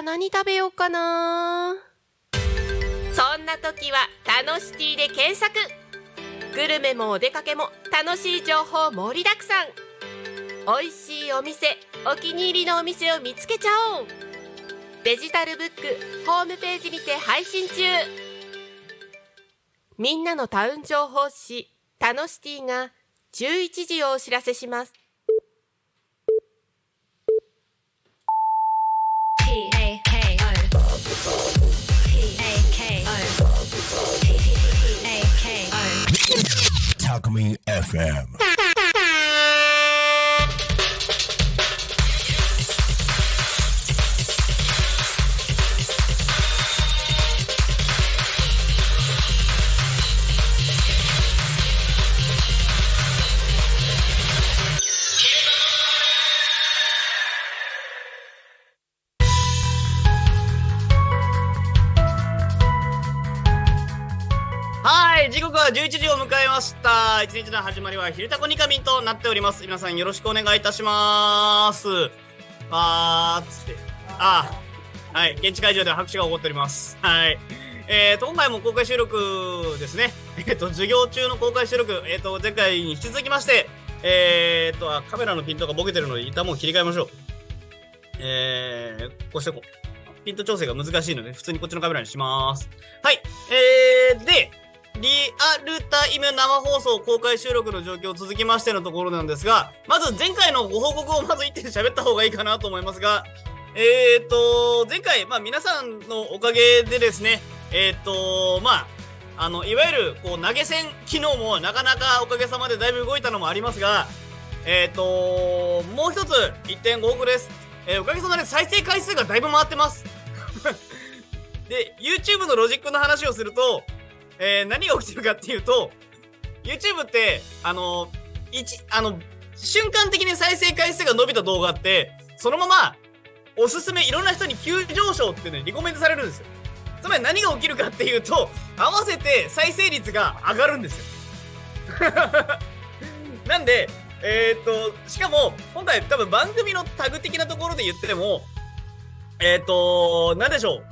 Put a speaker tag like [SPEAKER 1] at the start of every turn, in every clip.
[SPEAKER 1] は何食べようかな。そんな時は楽しティで検索。グルメもお出かけも楽しい情報盛りだくさん。美味しいお店、お気に入りのお店を見つけちゃおう。デジタルブックホームページにて配信中。みんなのタウン情報誌タノシティが11時をお知らせします。
[SPEAKER 2] タコミン FM。
[SPEAKER 3] 時刻は11時を迎えました。一日の始まりは昼タコニカミンとなっております。皆さんよろしくお願いいたします。はい、現地会場では拍手が起こっております。はい。今回も公開収録ですね。授業中の公開収録、前回に引き続きまして、カメラのピントがボケてるので、一旦もう切り替えましょう。こうしてこう。ピント調整が難しいので、普通にこっちのカメラにします。はい。で、リアルタイム生放送公開収録の状況続きましてのところなんですが、まず前回のご報告をまず一点喋った方がいいかなと思いますが、前回、皆さんのおかげでですね、いわゆる、投げ銭機能もなかなかおかげさまでだいぶ動いたのもありますが、もう一つ、一点ご報告です。おかげさまで再生回数がだいぶ回ってます。で、YouTube のロジックの話をすると、何が起きてるかっていうと、YouTube って、瞬間的に再生回数が伸びた動画って、そのまま、おすすめ、いろんな人に急上昇ってね、リコメントされるんですよ。つまり何が起きるかっていうと、合わせて再生率が上がるんですよ。なんで、しかも、今回多分番組のタグ的なところで言っても、なんでしょう、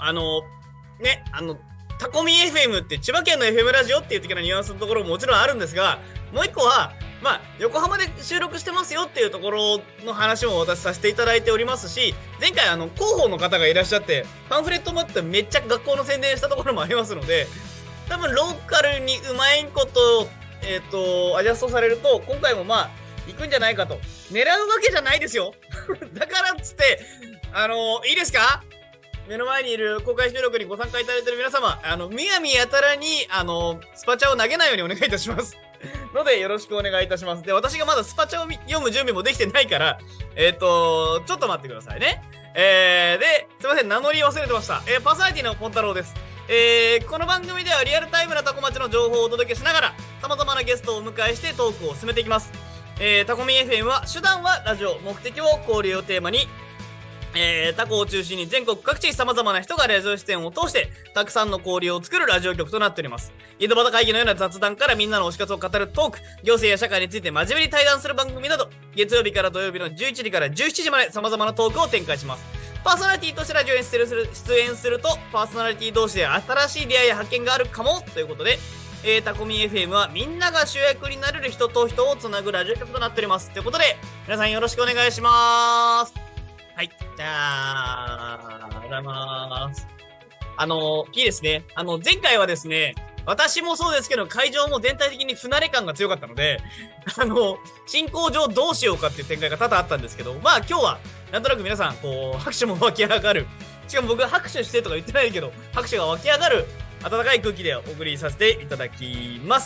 [SPEAKER 3] タコミ FM って千葉県の FM ラジオっていう的なニュアンスのところももちろんあるんですが、もう一個は、横浜で収録してますよっていうところの話も私させていただいておりますし、前回広報の方がいらっしゃって、パンフレット持ってめっちゃ学校の宣伝したところもありますので、多分ローカルにうまいこと、アジャストされると、今回も行くんじゃないかと。狙うわけじゃないですよ。だからっつって、いいですか？目の前にいる公開収録にご参加いただいている皆様、むやみやたらに、スパチャを投げないようにお願いいたします。ので、よろしくお願いいたします。で、私がまだスパチャを読む準備もできてないから、ちょっと待ってくださいね。で、すいません、名乗り忘れてました。パーソナリティのポンタロウです。この番組ではリアルタイムなタコ町の情報をお届けしながら、様々なゲストをお迎えしてトークを進めていきます。タコミ FM は、手段はラジオ、目的を交流をテーマに、タコを中心に全国各地様々な人がラジオ出演を通してたくさんの交流を作るラジオ局となっております。井戸端会議のような雑談からみんなの推し活を語るトーク、行政や社会について真面目に対談する番組など、月曜日から土曜日の11時から17時まで様々なトークを展開します。パーソナリティとしてラジオに出演すると、パーソナリティ同士で新しい出会いや発見があるかもということで、タコミ FM はみんなが主役になれる人と人をつなぐラジオ局となっております。ということで、皆さんよろしくお願いします。はい。じゃあ、ありがとうございます。いいですね。前回はですね、私もそうですけど、会場も全体的に不慣れ感が強かったので、進行上どうしようかっていう展開が多々あったんですけど、今日は、なんとなく皆さん、拍手も湧き上がる。しかも僕は拍手してとか言ってないけど、拍手が湧き上がる、温かい空気でお送りさせていただきます。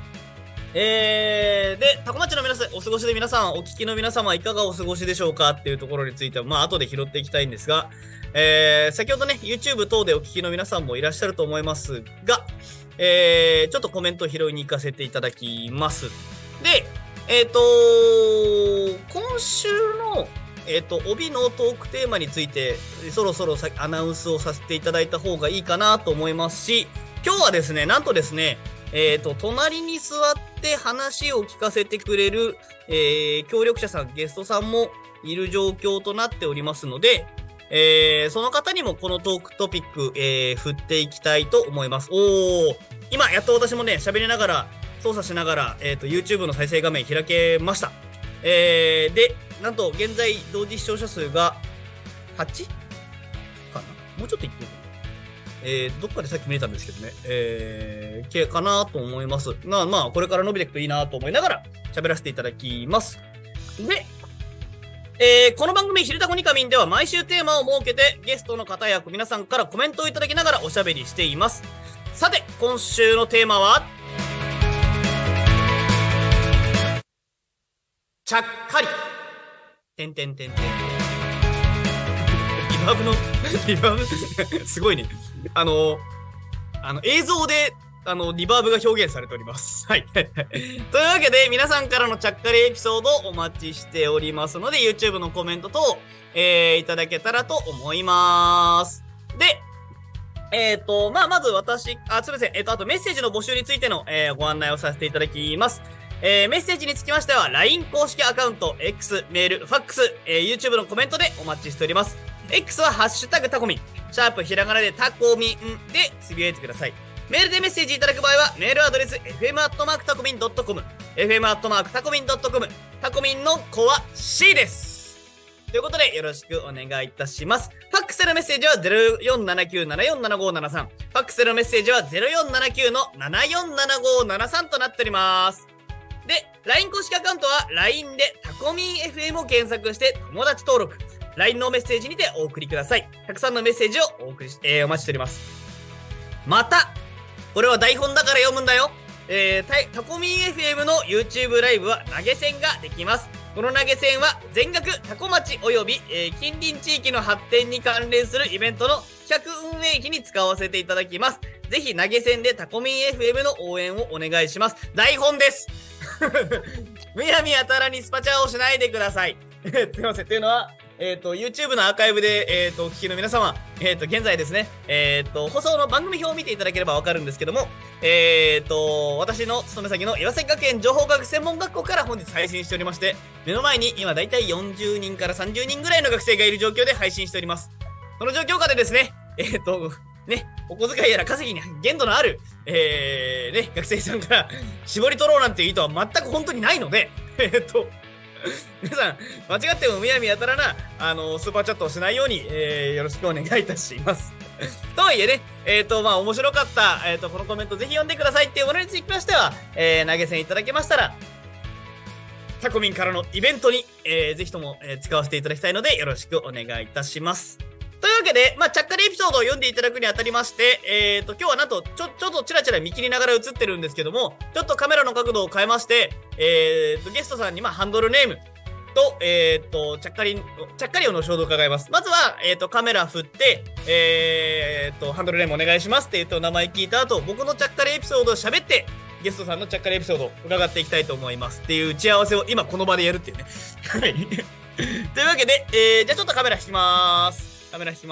[SPEAKER 3] で、タコ町の皆さん、お過ごしで皆さん、お聞きの皆様いかがお過ごしでしょうかっていうところについては、後で拾っていきたいんですが、先ほどね、YouTube 等でお聞きの皆さんもいらっしゃると思いますが、ちょっとコメントを拾いに行かせていただきます。で、今週の、帯のトークテーマについて、そろそろアナウンスをさせていただいた方がいいかなと思いますし、今日はですね、なんとですね、隣に座って話を聞かせてくれる、協力者さん、ゲストさんもいる状況となっておりますので、 その方にもこのトークトピック、振っていきたいと思います。今、やっと私もね、喋りながら、操作しながら、YouTube の再生画面開けました。で、なんと、現在、同時視聴者数が、8? かな、もうちょっといってるどっかでさっき見れたんですけどね。かなと思います。まあ、これから伸びていくといいなと思いながら、喋らせていただきます。で、この番組、ひるたこにかみんでは毎週テーマを設けて、ゲストの方や皆さんからコメントをいただきながらおしゃべりしています。さて、今週のテーマは、ちゃっかり。リバーブすごいね。映像で、リバーブが表現されております。はい。というわけで、皆さんからのちゃっかりエピソードをお待ちしておりますので、YouTube のコメント等、いただけたらと思います。で、まず私、すみません。あとメッセージの募集についての、ご案内をさせていただきます。メッセージにつきましては、LINE 公式アカウント、X、メール、ファックス、YouTube のコメントでお待ちしております。X はハッシュタグタコミン、シャープひらがなでタコミンでつぶやいてください。メールでメッセージいただく場合は、メールアドレス、fm@tacomin.com、fm@tacomin.com、タコミンの子は C です。ということで、よろしくお願いいたします。ファックスのメッセージは 0479747573、ファックスのメッセージは 0479-747573 となっております。で、LINE 公式アカウントは LINE でタコミン FM を検索して友達登録。LINE のメッセージにてお送りください。たくさんのメッセージをお待ちしております。また、これは台本だから読むんだよ。タコミン FM の YouTube ライブは投げ銭ができます。この投げ銭は全額タコ町及び、近隣地域の発展に関連するイベントの企画運営費に使わせていただきます。ぜひ投げ銭でタコミン FM の応援をお願いします。台本です。むやみやたらにスパチャをしないでください。すいません。というのは、YouTube のアーカイブで、お聞きの皆様、現在ですね、放送の番組表を見ていただければわかるんですけども、私の勤め先の岩崎学園情報学専門学校から本日配信しておりまして、目の前に今だいたい40人から30人ぐらいの学生がいる状況で配信しております。その状況下でですね、お小遣いやら稼ぎに限度のある、学生さんから絞り取ろうなんていう意図は全く本当にないので、皆さん、間違ってもむやみやたらな、スーパーチャットをしないように、よろしくお願いいたします。とはいえね、面白かった、このコメントぜひ読んでくださいっていうものにつきましては、投げ銭いただけましたら、タコミンからのイベントに、ぜひとも、使わせていただきたいので、よろしくお願いいたします。というわけで、ちゃっかりエピソードを読んでいただくにあたりまして、今日はなんと、ちょっとチラチラ見切りながら映ってるんですけども、ちょっとカメラの角度を変えまして、ゲストさんにハンドルネームと、ちゃっかりを後ほど伺います。まずは、カメラ振って、ハンドルネームお願いしますって言ってお名前聞いた後、僕のちゃっかりエピソードを喋って、ゲストさんのちゃっかりエピソードを伺っていきたいと思います。っていう打ち合わせを今この場でやるっていうね。はい。というわけで、じゃあちょっとカメラ引きまーす。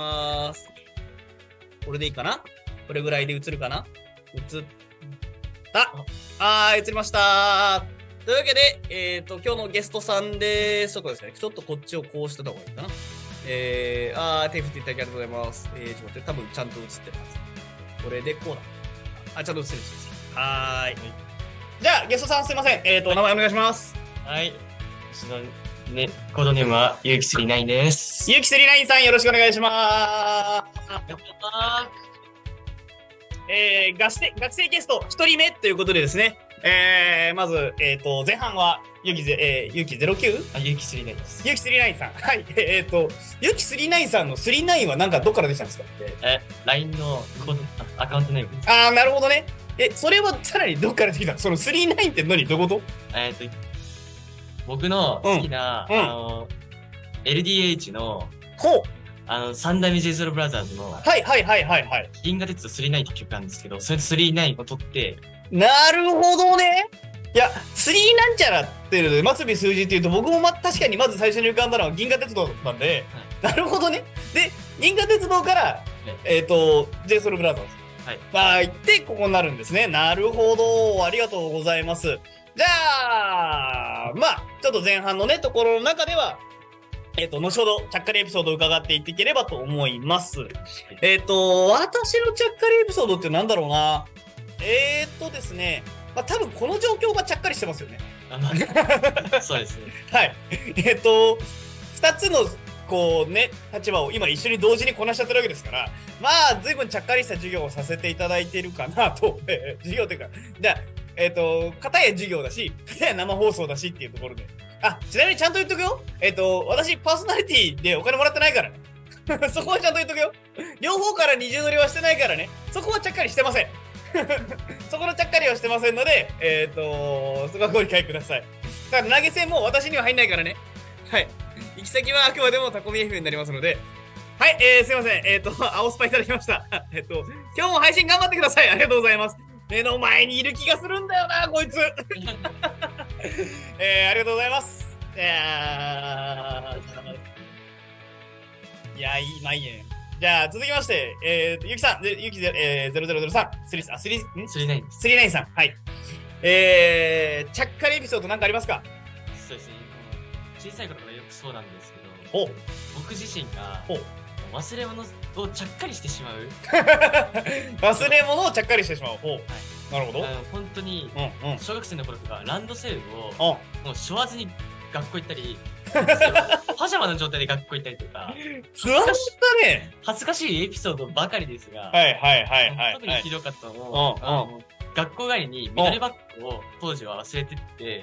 [SPEAKER 3] これでいいかな？これぐらいで映るかな？映った。映りましたー。というわけで、今日のゲストさんでーす。そこですね。ちょっとこっちをこうしてた方がいいかな。手振っていただきありがとうございます。ちょっと待って、多分ちゃんと映ってます。これでこうだ。ちゃんと映ってる。はーい。じゃあ、ゲストさんすいません。お名前お願いします。
[SPEAKER 2] はい。私のコードネームはゆうき39です。
[SPEAKER 3] ゆうき39さんよろしくお願いしまーす。学生ゲスト1人目ということでですね。まず、前半はゆうき09？
[SPEAKER 2] ゆうき39です。
[SPEAKER 3] ゆうき39さん。はい。ゆうき39さんの39はなんかどっからできたんですか
[SPEAKER 2] ？LINE のアカウントネームです。
[SPEAKER 3] なるほどね。それはさらにどっからできたの？その39って何？どういうこと？
[SPEAKER 2] 僕の好きな、LDH の、三代目 JSOULBROTHERS の、銀河鉄道39って曲なんですけど、それで39を取って、
[SPEAKER 3] なるほどね。いや、3なんちゃらっていうので、末尾数字っていうと、僕も確かにまず最初に浮かんだのは銀河鉄道なんで、なるほどね。で、銀河鉄道から、JSOULBROTHERS。行って、ここになるんですね。なるほど。ありがとうございます。じゃあ、ちょっと前半のね、ところの中では、 後ほど、ちゃっかりエピソードを伺っていっていければと思います。私のちゃっかりエピソードってなんだろうな。ですね、まあ、多分この状況がちゃっかりしてますよね。
[SPEAKER 2] そうですね。
[SPEAKER 3] はい。二つの、こうね、立場を今一緒に同時にこなしちゃってるわけですから、まあ、随分ちゃっかりした授業をさせていただいているかなと、授業というか、じゃあ、片や授業だし、片や生放送だしっていうところで。あ、ちなみにちゃんと言っとくよ。私、パーソナリティでお金もらってないからね。そこはちゃんと言っとくよ。両方から二重乗りはしてないからね。そこはちゃっかりしてません。そこのちゃっかりはしてませんので、そこはご理解ください。だから投げ銭も私には入んないからね。はい。行き先はあくまでもタコミ FM になりますので。はい、すいません。青スパいただきました。今日も配信頑張ってください。ありがとうございます。目の前にいる気がするんだよな、こいつ。ありがとうございます。いや、いい、まあいいね。じゃあ、続きまして、ゆきさん、ゆき0003、39さん、はい。ちゃっかりエピソードなんかありますか？
[SPEAKER 2] そうですね。小さい頃からよくそうなんですけど、僕自身が忘れ物をちゃっかりしてしまう。
[SPEAKER 3] 忘れ物をちゃっかりしてしまう。はい、なるほど。
[SPEAKER 2] 本当に、小学生の頃とかランドセルをもう背負わずに学校行ったり、パジャマの状態で学校行ったりとか、恥ずかしいエピソードばかりですが、特にひどかったのを、学校帰りに緑バッグを当時は忘れてって、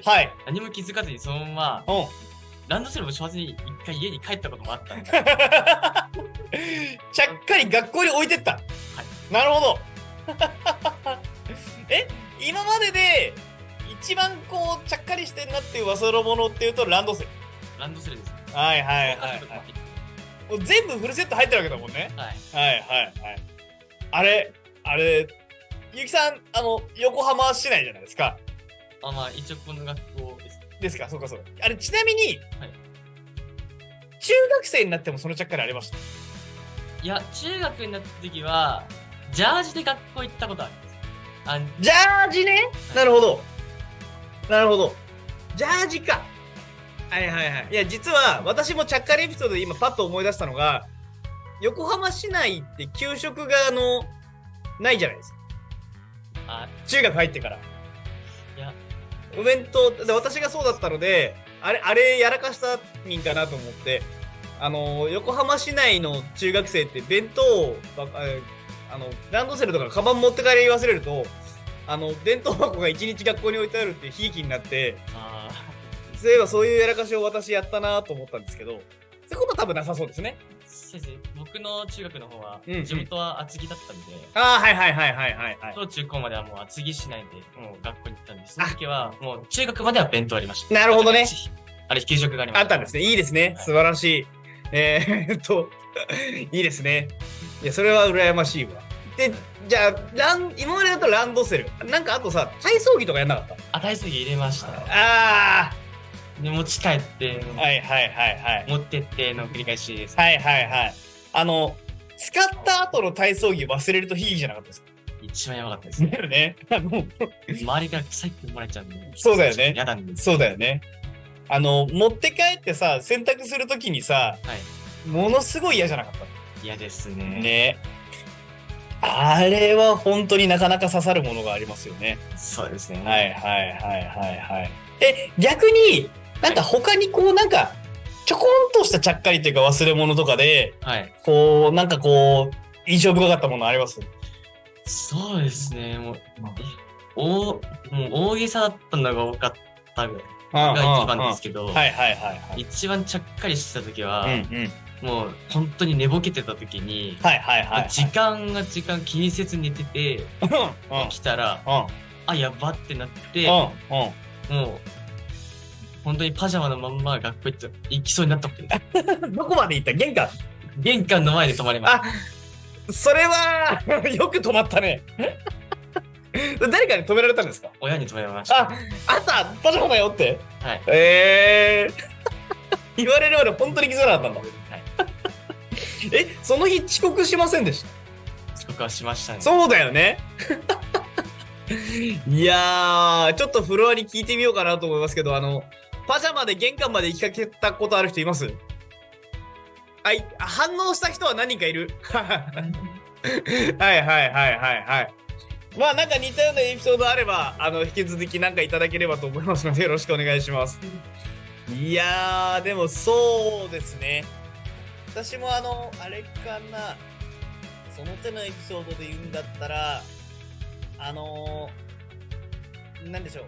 [SPEAKER 2] 何も気づかずにそのまま、ランドセルも背負わずに一回家に帰ったこともあったんで。ちゃっ
[SPEAKER 3] かり学校に置いてった。はい。なるほど。今までで一番こうちゃっかりしてんなっていう忘れ物っていうとランドセル。
[SPEAKER 2] ランドセルですね。
[SPEAKER 3] はい。もう全部フルセット入ってるわけだもんね。はい。あれ、ゆきさん、横浜市内じゃないですか。
[SPEAKER 2] まあ、一応この学校です。
[SPEAKER 3] ですか、そうか。あれ、ちなみに、中学生になってもそのちゃっかりありました？
[SPEAKER 2] いや、中学になった時は、ジャージで学校行ったことあるんです。
[SPEAKER 3] ジャージね、なるほど。ジャージか。はい。いや、実は、私もちゃっかりエピソードで今パッと思い出したのが、横浜市内って給食がないじゃないですか。中学入ってから。いや、お弁当で私がそうだったので、あれやらかした人かなと思って、横浜市内の中学生って弁当をランドセルとかカバン持って帰り忘れると、弁当箱が1日学校に置いてあるっていう悲劇になって、そういえばそういうやらかしを私やったなと思ったんですけど、そういうことは多分なさそうですね。
[SPEAKER 2] 先生、僕の中学の方は、地元は厚木だったんで、
[SPEAKER 3] はい。
[SPEAKER 2] 小中高まではもう厚木市内でもう学校に行ったんです。その時はもう中学までは弁当ありました。
[SPEAKER 3] なるほどね。
[SPEAKER 2] あれ給食がありました。
[SPEAKER 3] あったんですね。いいですね。素晴らしい。いいですね。いや、それは羨ましいわ。で、じゃあ、今までだとランドセル。なんかあとさ、体操着とかやんなかった？
[SPEAKER 2] 体操着入れました。で、持ち帰って、持ってっての繰り返しです。使った後の体操着忘れると悲劇じゃなかったですか？一番やばかったですね。
[SPEAKER 3] だよね。
[SPEAKER 2] 周りから臭いってもらえちゃうんで。
[SPEAKER 3] そうだよね。
[SPEAKER 2] 嫌なんで。
[SPEAKER 3] そうだよね。持って帰ってさ、洗濯するときにさ、ものすごい嫌じゃなかった？
[SPEAKER 2] 嫌ですね。
[SPEAKER 3] ね。あれは本当になかなか刺さるものがありますよね。
[SPEAKER 2] そうですね。
[SPEAKER 3] 逆に、なんか他にこうなんか、ちょこんとしたちゃっかりというか忘れ物とかで、こう、なんかこう、印象深かったものあります？
[SPEAKER 2] そうですね。もう大げさだったのが多かったが一番ですけど、一番ちゃっかりしてた時は、もう本当に寝ぼけてた時に、時間気にせず寝てて、起きたら、やばってなって、もう、本当にパジャマのまんま学校行きそうになったことです。
[SPEAKER 3] どこまで行った？
[SPEAKER 2] 玄関の前で止まりました。
[SPEAKER 3] それは、よく止まったね。誰かに止められたんですか？
[SPEAKER 2] 親に止められました。
[SPEAKER 3] あんた、パジャマだよって？言われるまで本当に気づかなかったんだ。その日遅刻しませんでした？
[SPEAKER 2] 遅刻はしましたね。
[SPEAKER 3] そうだよね。いやー、ちょっとフロアに聞いてみようかなと思いますけど、パジャマで玄関まで行きかけたことある人います？ 反応した人は何人かいる。はいはいはいはいはい。まあなんか似たようなエピソードあれば引き続きなんかいただければと思いますのでよろしくお願いします。いやーでもそうですね。私もあれかな、その手のエピソードで言うんだったらなんでしょう、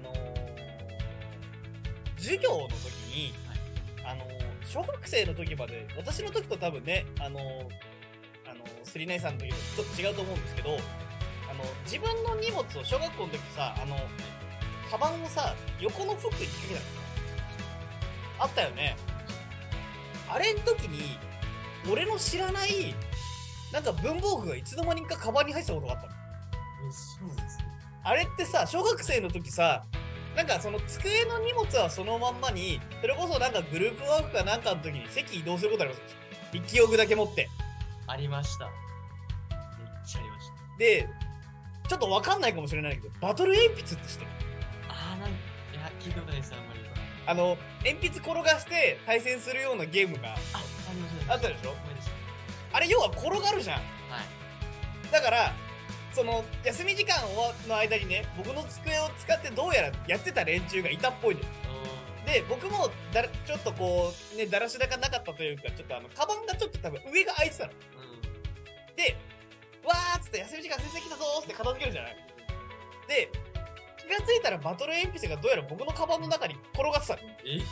[SPEAKER 3] 授業の時に小学生の時まで、私の時と多分ねスリナイさんの時とちょっと違うと思うんですけど、自分の荷物を小学校の時さカバンをさ横のフックに引っ掛けたのあったよね。あれの時に俺の知らないなんか文房具がいつの間にかカバンに入ってたことがあったの。
[SPEAKER 2] そうですね。
[SPEAKER 3] あれってさ小学生の時さなんかその机の荷物はそのまんまに、それこそなんかグループワークかなんかの時に席移動することあります。筆記用具だけ持って。
[SPEAKER 2] ありました。めっちゃありました。
[SPEAKER 3] で、ちょっとわかんないかもしれないけど、バトル鉛筆って知ってる？
[SPEAKER 2] いや、聞いたことないです、あんまり。
[SPEAKER 3] 鉛筆転がして対戦するようなゲームがあったでしょ？あれ要は転がるじゃん。はい。だから、その休み時間の間にね、僕の机を使ってどうやらやってた連中がいたっぽいのよ。で、僕もちょっとこうね、だらしなかなかったというか、ちょっとカバンがちょっと多分上が開いてたの。で、わーっつって休み時間先生来たぞーって片付けるじゃない。で、気がついたらバトル鉛筆がどうやら僕のカバンの中に転がってたの。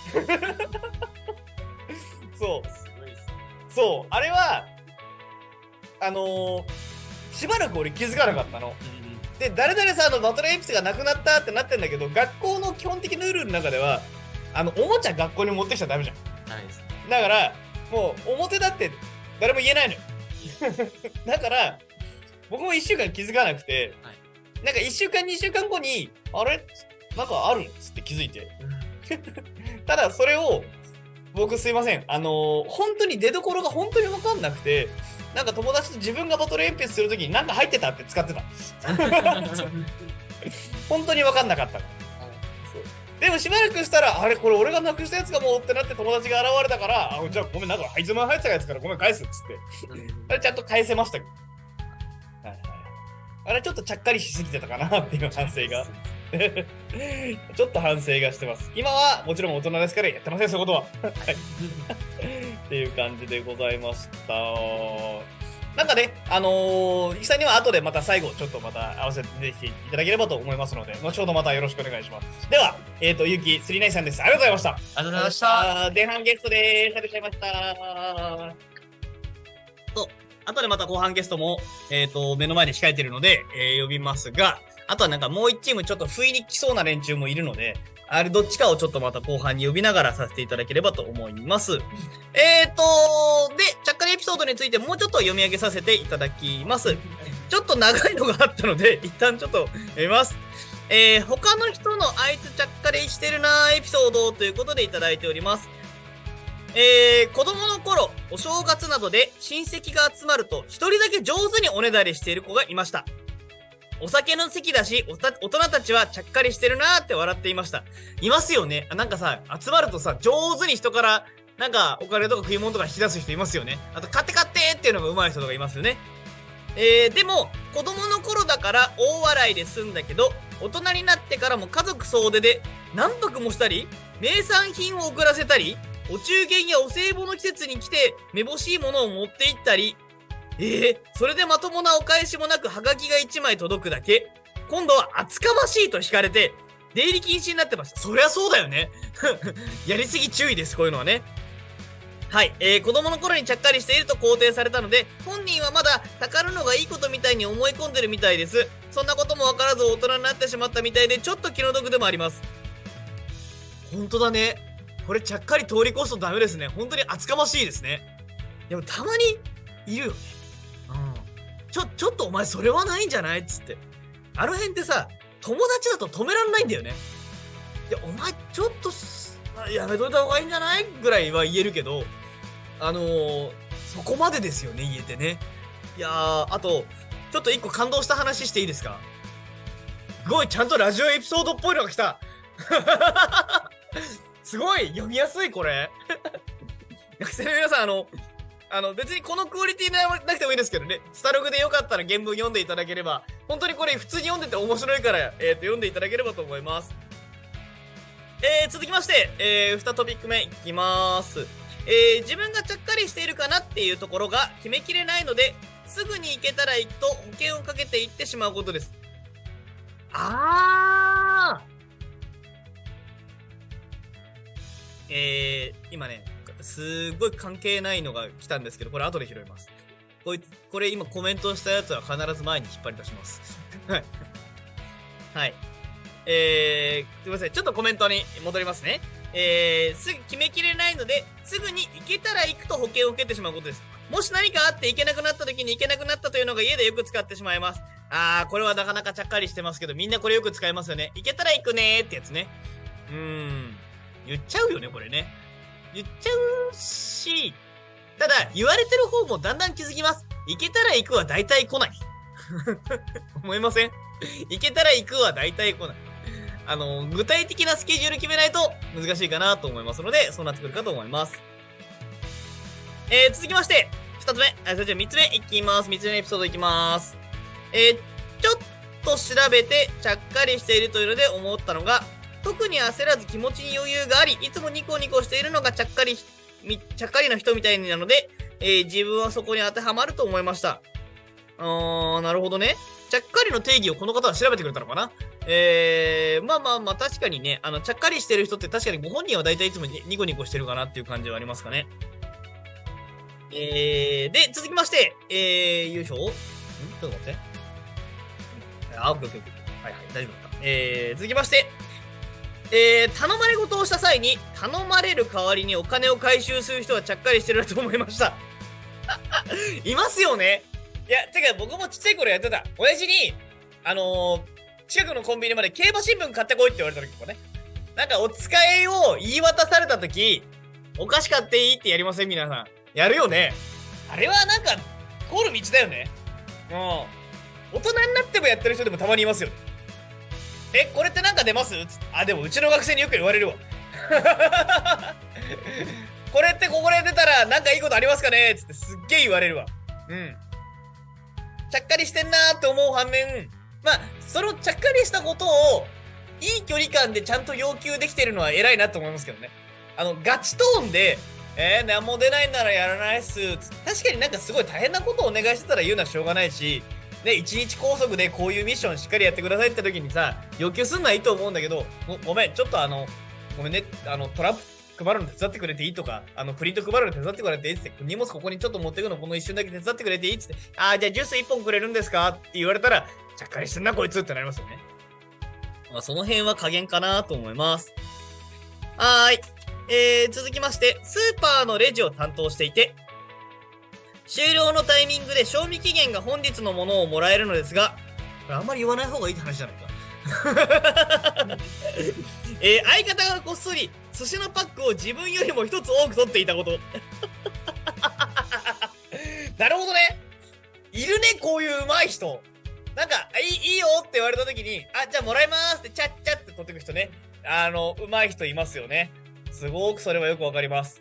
[SPEAKER 3] そう。すごいっすね。そう、あれはしばらく俺気づかなかったの。で、誰々さんのバトル鉛筆がなくなったってなってんだけど、学校の基本的なルールの中では、おもちゃ学校に持ってきちゃダメじゃん。
[SPEAKER 2] ないですね。
[SPEAKER 3] だから、もう表だって誰も言えないのよ。だから、僕も1週間気づかなくて、はい、なんか1週間、2週間後に、あれなんかあるっつって気づいて。ただ、それを、僕すいません。本当に出所が本当に分かんなくて、なんか友達と自分がバトル鉛筆するときになんか入ってたって使ってた。本当に分かんなかった。でもしばらくしたら、あれこれ俺がなくしたやつかもってなって友達が現れたから、じゃあごめん、なんかあいつも入ってたやつからごめん返すっつって。あれちゃんと返せましたけど。あれちょっとちゃっかりしすぎてたかなっていう反省が。ちょっと反省がしてます。今はもちろん大人ですからやってません、そういうことは。っていう感じでございました。なんかね、イキさんには後でまた最後ちょっとまた合わせていただければと思いますので、後ほどまたよろしくお願いします。では、ゆき39さんです。ありがとうございました。
[SPEAKER 2] ありがとうございました。
[SPEAKER 3] 前半ゲストでーす。ありがとうございました。後でまた後半ゲストも、目の前に控えてるので、呼びますが、あとはなんかもう一チームちょっと不意に来そうな連中もいるので、あれどっちかをちょっとまた後半に呼びながらさせていただければと思います。で、ちゃっかりエピソードについてもうちょっと読み上げさせていただきます。ちょっと長いのがあったので、一旦ちょっと読みます。他の人のあいつちゃっかりしてるなエピソードということでいただいております。子供の頃、お正月などで親戚が集まると一人だけ上手におねだりしている子がいました。お酒の席だし、大人たちはちゃっかりしてるなーって笑っていました。いますよね。なんかさ、集まるとさ、上手に人から、なんかお金とか食い物とか引き出す人いますよね。あと、買ってっていうのが上手い人とかいますよね。でも、子供の頃だから大笑いで済んだけど、大人になってからも家族総出で何泊もしたり、名産品を送らせたり、お中元やお歳暮の季節に来て、めぼしいものを持って行ったり、それでまともなお返しもなくハガキが1枚届くだけ。今度は厚かましいと惹かれて、出入り禁止になってました。そりゃそうだよね。やりすぎ注意です、こういうのはね。はい、子供の頃にちゃっかりしていると肯定されたので、本人はまだたかるのがいいことみたいに思い込んでるみたいです。そんなこともわからず大人になってしまったみたいで、ちょっと気の毒でもあります。本当だね。これちゃっかり通り越すとダメですね。本当に厚かましいですね。でもたまにいるよね。ちょっとお前それはないんじゃないっつって。あの辺ってさ、友達だと止めらんないんだよね。いや、お前ちょっとやめといた方がいいんじゃないぐらいは言えるけど、そこまでですよね、言えてね。いやー、あと、ちょっと一個感動した話していいですか？すごい、ちゃんとラジオエピソードっぽいのが来た。すごい、読みやすい、これ。学生の皆さん、 別にこのクオリティなくてもいいですけどね、スタログでよかったら原文読んでいただければ、本当にこれ普通に読んでて面白いから、読んでいただければと思います。続きまして、2トピック目いきます。自分がちゃっかりしているかなっていうところが決めきれないので、すぐに行けたら行くと保険をかけていってしまうことです。今ね、すごい関係ないのが来たんですけど、これ後で拾います。これ今コメントしたやつは必ず前に引っ張り出します。はい。はい。すいません。ちょっとコメントに戻りますね。すぐ決めきれないので、すぐに行けたら行くと保険を受けてしまうことです。もし何かあって行けなくなった時に行けなくなったというのが家でよく使ってしまいます。これはなかなかちゃっかりしてますけど、みんなこれよく使いますよね。行けたら行くねーってやつね。言っちゃうよね、これね。言っちゃうし、ただ、言われてる方もだんだん気づきます。行けたら行くは大体来ない。思いません？行けたら行くは大体来ない。具体的なスケジュール決めないと難しいかなと思いますので、そうなってくるかと思います。続きまして、2つ目。それじゃあ3つ目いきます。3つ目のエピソードいきます。ちょっと調べてちゃっかりしているというので思ったのが、特に焦らず気持ちに余裕があり、いつもニコニコしているのがちゃっかりな人みたいなので、自分はそこに当てはまると思いました。なるほどね。ちゃっかりの定義をこの方は調べてくれたのかな。まあ、確かにね、ちゃっかりしてる人って確かにご本人は大体いつもニコニコしてるかなっていう感じはありますかね。で、続きまして、よいしょ。ちょっと待って。オッケー。はい、大丈夫だった。続きまして、頼まれ事をした際に頼まれる代わりにお金を回収する人はちゃっかりしてるなと思いました。いますよね。いや、てか僕もちっちゃい頃やってた。親父に、近くのコンビニまで競馬新聞買ってこいって言われた時とかね。なんかお使いを言い渡された時、お菓子買っていいってやりません？皆さん。やるよね。あれはなんか、通る道だよね。大人になってもやってる人でもたまにいますよ。これってなんか出ます？でもうちの学生によく言われるわ。これってここで出たらなんかいいことありますかね？つってすっげえ言われるわ。ちゃっかりしてんなーって思う反面、そのちゃっかりしたことをいい距離感でちゃんと要求できてるのは偉いなと思いますけどね。ガチトーンで、何も出ないんならやらないっす。確かになんかすごい大変なことをお願いしてたら言うのはしょうがないし、ね、一日拘束でこういうミッションしっかりやってくださいって時にさ、要求すんのはいいと思うんだけど、ごめん、ちょっとごめんね、トランプ配るの手伝ってくれていいとか、プリント配るの手伝ってくれていいって、荷物ここにちょっと持ってくのこの一瞬だけ手伝ってくれていいって、じゃあジュース1本くれるんですかって言われたら、ちゃっかりしてんなこいつってなりますよね。その辺は加減かなと思います。続きまして、スーパーのレジを担当していて、終了のタイミングで賞味期限が本日のものをもらえるのですが、これあんまり言わない方がいいって話じゃないか。相方がこっそり寿司のパックを自分よりも一つ多く取っていたこと。なるほどね。いるね、こういう上手い人。なんか、いいよって言われた時に、じゃあもらいまーすってチャッチャって取ってく人ね。上手い人いますよね。すごくそれはよくわかります。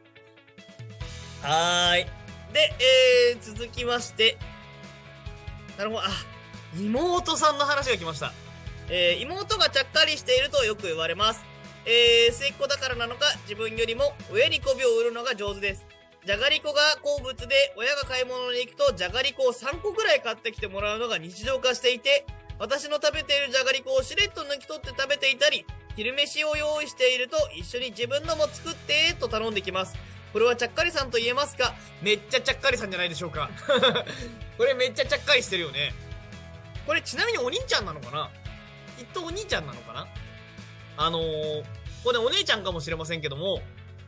[SPEAKER 3] で、続きまして、なるほど、妹さんの話が来ました。妹がちゃっかりしているとよく言われます。末っ子だからなのか、自分よりも親に媚びを売るのが上手です。じゃがりこが好物で、親が買い物に行くとじゃがりこを3個くらい買ってきてもらうのが日常化していて、私の食べているじゃがりこをしれっと抜き取って食べていたり、昼飯を用意していると一緒に自分のも作ってと頼んできます。これはちゃっかりさんと言えますか？めっちゃちゃっかりさんじゃないでしょうか。これめっちゃちゃっかりしてるよね。これちなみにお兄ちゃんなのかな？きっとお兄ちゃんなのかな？これお姉ちゃんかもしれませんけども、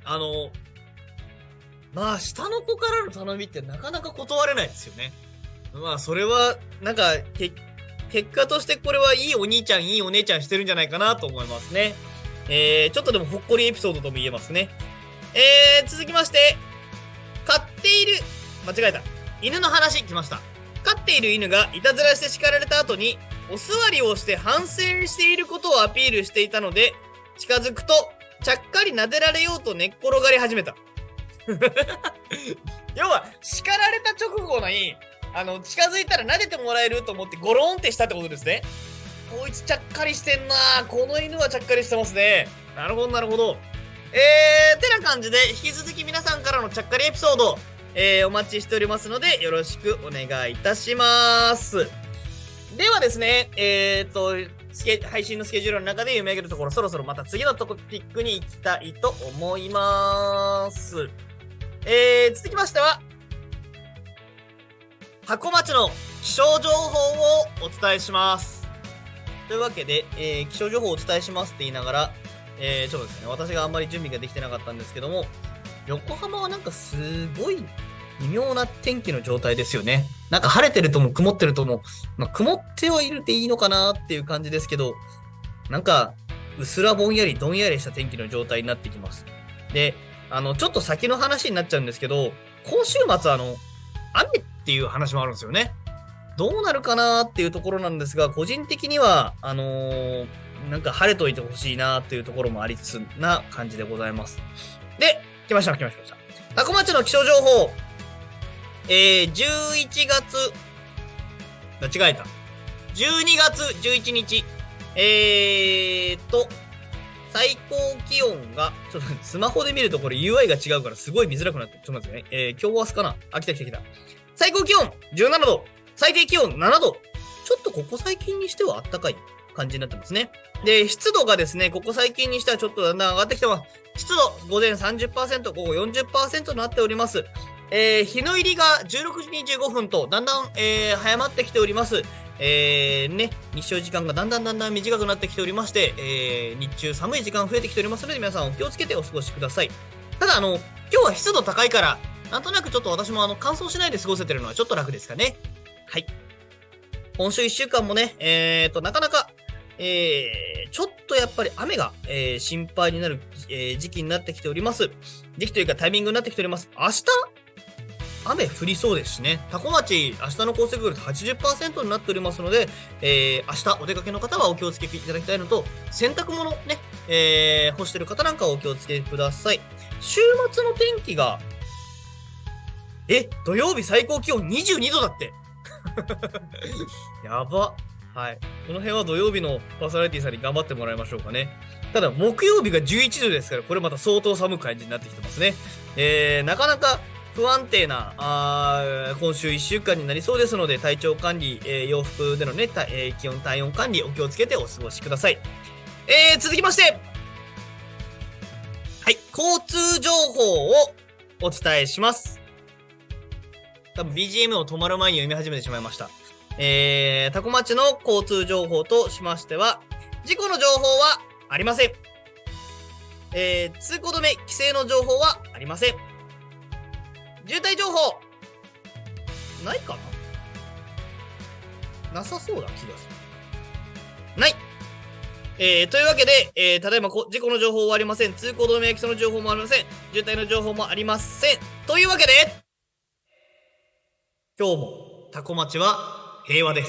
[SPEAKER 3] 下の子からの頼みってなかなか断れないですよね。それは、なんか、結果としてこれはいいお兄ちゃん、いいお姉ちゃんしてるんじゃないかなと思いますね。ちょっとでもほっこりエピソードとも言えますね。続きまして、間違えた。犬の話来ました。飼っている犬がいたずらして叱られた後に、お座りをして反省していることをアピールしていたので、近づくと、ちゃっかり撫でられようと寝っ転がり始めた。 要は、叱られた直後に、近づいたら撫でてもらえると思ってゴロンってしたってことですね。こいつちゃっかりしてんな。この犬はちゃっかりしてますね。なるほど、なるほど。てな感じで、引き続き皆さんからのちゃっかりエピソード、お待ちしておりますので、よろしくお願いいたします。ではですね、配信のスケジュールの中で読み上げるところ、そろそろまた次のトピックに行きたいと思います。続きましては、多古町の気象情報をお伝えします。というわけで、気象情報をお伝えしますって言いながら、ちょっとですね、私があんまり準備ができてなかったんですけども、横浜はなんかすごい微妙な天気の状態ですよね。なんか晴れてるとも曇ってるとも、曇ってはいるでいいのかなっていう感じですけど、なんかうすらぼんやりどんやりした天気の状態になってきます。で、ちょっと先の話になっちゃうんですけど、今週末雨っていう話もあるんですよね。どうなるかなっていうところなんですが、個人的には、なんか晴れといてほしいなっていうところもありつつな感じでございます。で、来ました。多古町の気象情報。11月、間違えた。12月11日。最高気温が、ちょっとスマホで見るとこれ UI が違うからすごい見づらくなって、ちょっと待ってね。今日明日かな。来た。最高気温17度。最低気温7度。ちょっとここ最近にしては暖かい感じになってますね。で、湿度がですね、ここ最近にしてはちょっとだんだん上がってきてます。湿度、午前 30%、午後 40% となっております。日の入りが16時25分と、だんだん、早まってきております。日照時間がだんだん短くなってきておりまして、日中寒い時間増えてきておりますので、皆さんお気をつけてお過ごしください。ただ、今日は湿度高いから、なんとなくちょっと私も乾燥しないで過ごせてるのはちょっと楽ですかね。はい。今週1週間もね、なかなか、ちょっとやっぱり雨が、心配になる、時期になってきております。時期というかタイミングになってきております。明日雨降りそうですしね。多古町、明日の降雪率 80% になっておりますので、明日お出かけの方はお気をつけいただきたいのと、洗濯物ね、干してる方なんかはお気をつけください。週末の天気が、土曜日最高気温22度だって。やば。はい。この辺は土曜日のパーソナリティさんに頑張ってもらいましょうかね。ただ、木曜日が11度ですから、これまた相当寒い感じになってきてますね。なかなか不安定な、今週1週間になりそうですので、体調管理、洋服でのね、気温、体温管理、お気をつけてお過ごしください。続きまして、はい、交通情報をお伝えします。多分 BGM を止まる前に読み始めてしまいました。多古町の交通情報としましては、事故の情報はありません。通行止め、規制の情報はありません。渋滞情報、ないかな？なさそうな気がする。ない。というわけで、ただいま事故の情報はありません。通行止め、規制の情報もありません。渋滞の情報もありません。というわけで、今日も多古町は平和です。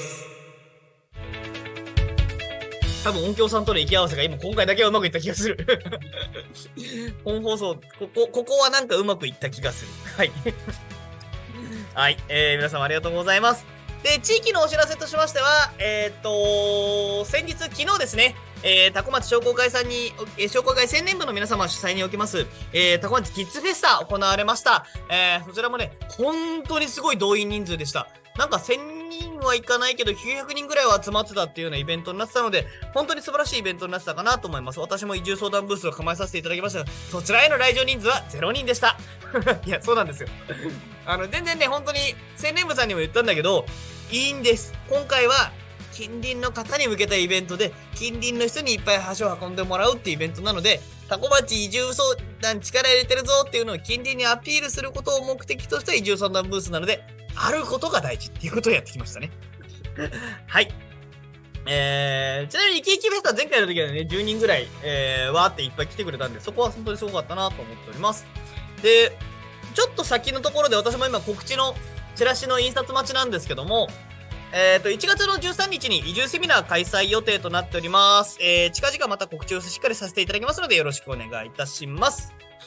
[SPEAKER 3] 多分音響さんとの息合わせが今回だけはうまくいった気がする。本放送、ここはなんかうまくいった気がする。はい。はい。皆様ありがとうございます。で、地域のお知らせとしましては、昨日ですね、多古町商工会さんに、商工会青年部の皆様主催におきます、多古町キッズフェスタ行われました。そちらもね、本当にすごい動員人数でした。なんか1000人はいかないけど900人ぐらいは集まってたっていうようなイベントになってたので、本当に素晴らしいイベントになってたかなと思います。私も移住相談ブースを構えさせていただきましたが、そちらへの来場人数は0人でした。いや、そうなんですよ。全然ね、本当に青年部さんにも言ったんだけど、いいんです。今回は近隣の方に向けたイベントで、近隣の人にいっぱい足を運んでもらうっていうイベントなので、多古町移住相談力入れてるぞっていうのを近隣にアピールすることを目的とした移住相談ブースなので、あることが大事っていうことをやってきましたね。はい。ちなみにイキイキフェスタ前回の時はね、10人ぐらい、わーっていっぱい来てくれたんで、そこは本当にすごかったなと思っております。で、ちょっと先のところで私も今告知のチラシの印刷待ちなんですけども、1月の13日に移住セミナー開催予定となっております。近々また告知をしっかりさせていただきますのでよろしくお願いいたします。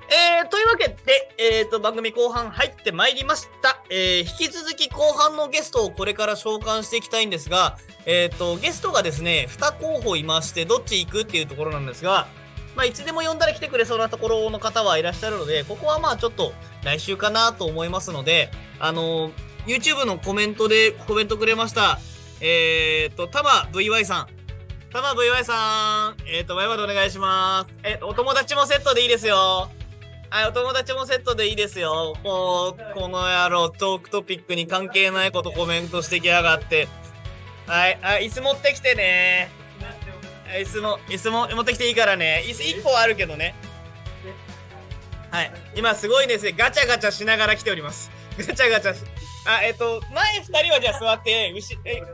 [SPEAKER 3] というわけで、番組後半入ってまいりました。引き続き後半のゲストをこれから召喚していきたいんですが、ゲストがですね、2候補いまして、どっち行くっていうところなんですが、まあ、いつでも呼んだら来てくれそうなところの方はいらっしゃるので、ここはまあちょっと来週かなと思いますので、YouTube のコメントでコメントくれました。たま VY さん。たま VY さん。前までお願いします。お友達もセットでいいですよ。はい、お友達もセットでいいですよ。この野郎、トークトピックに関係ないことコメントしてきやがって。はい、椅子持ってきてね。椅子も持ってきていいからね。椅子1個あるけどね。はい、今すごいですね。ガチャガチャしながら来ております。ガチャガチャし。前2人はじゃあ座って、後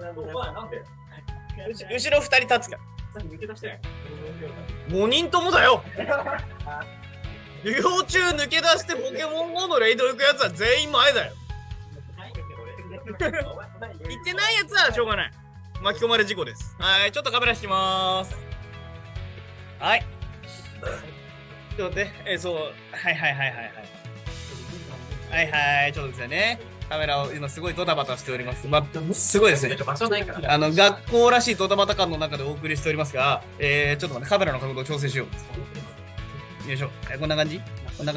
[SPEAKER 3] ろ2人立つか。5人ともだよ。授業中抜け出してポケモン GO のレイド行くやつは全員前だよ。行ってないやつはしょうがない。巻き込まれ事故です。はい、ちょっとカメラ引きまーす。はい。ちょっと待って、そう、はい、ちょっとですよね。カメラを今すごいドタバタしております。すごいですね。場所ないから。学校らしいドタバタ感の中でお送りしておりますが、ちょっと待って、カメラの角度を調整しよう。よいしょ。こんな感じ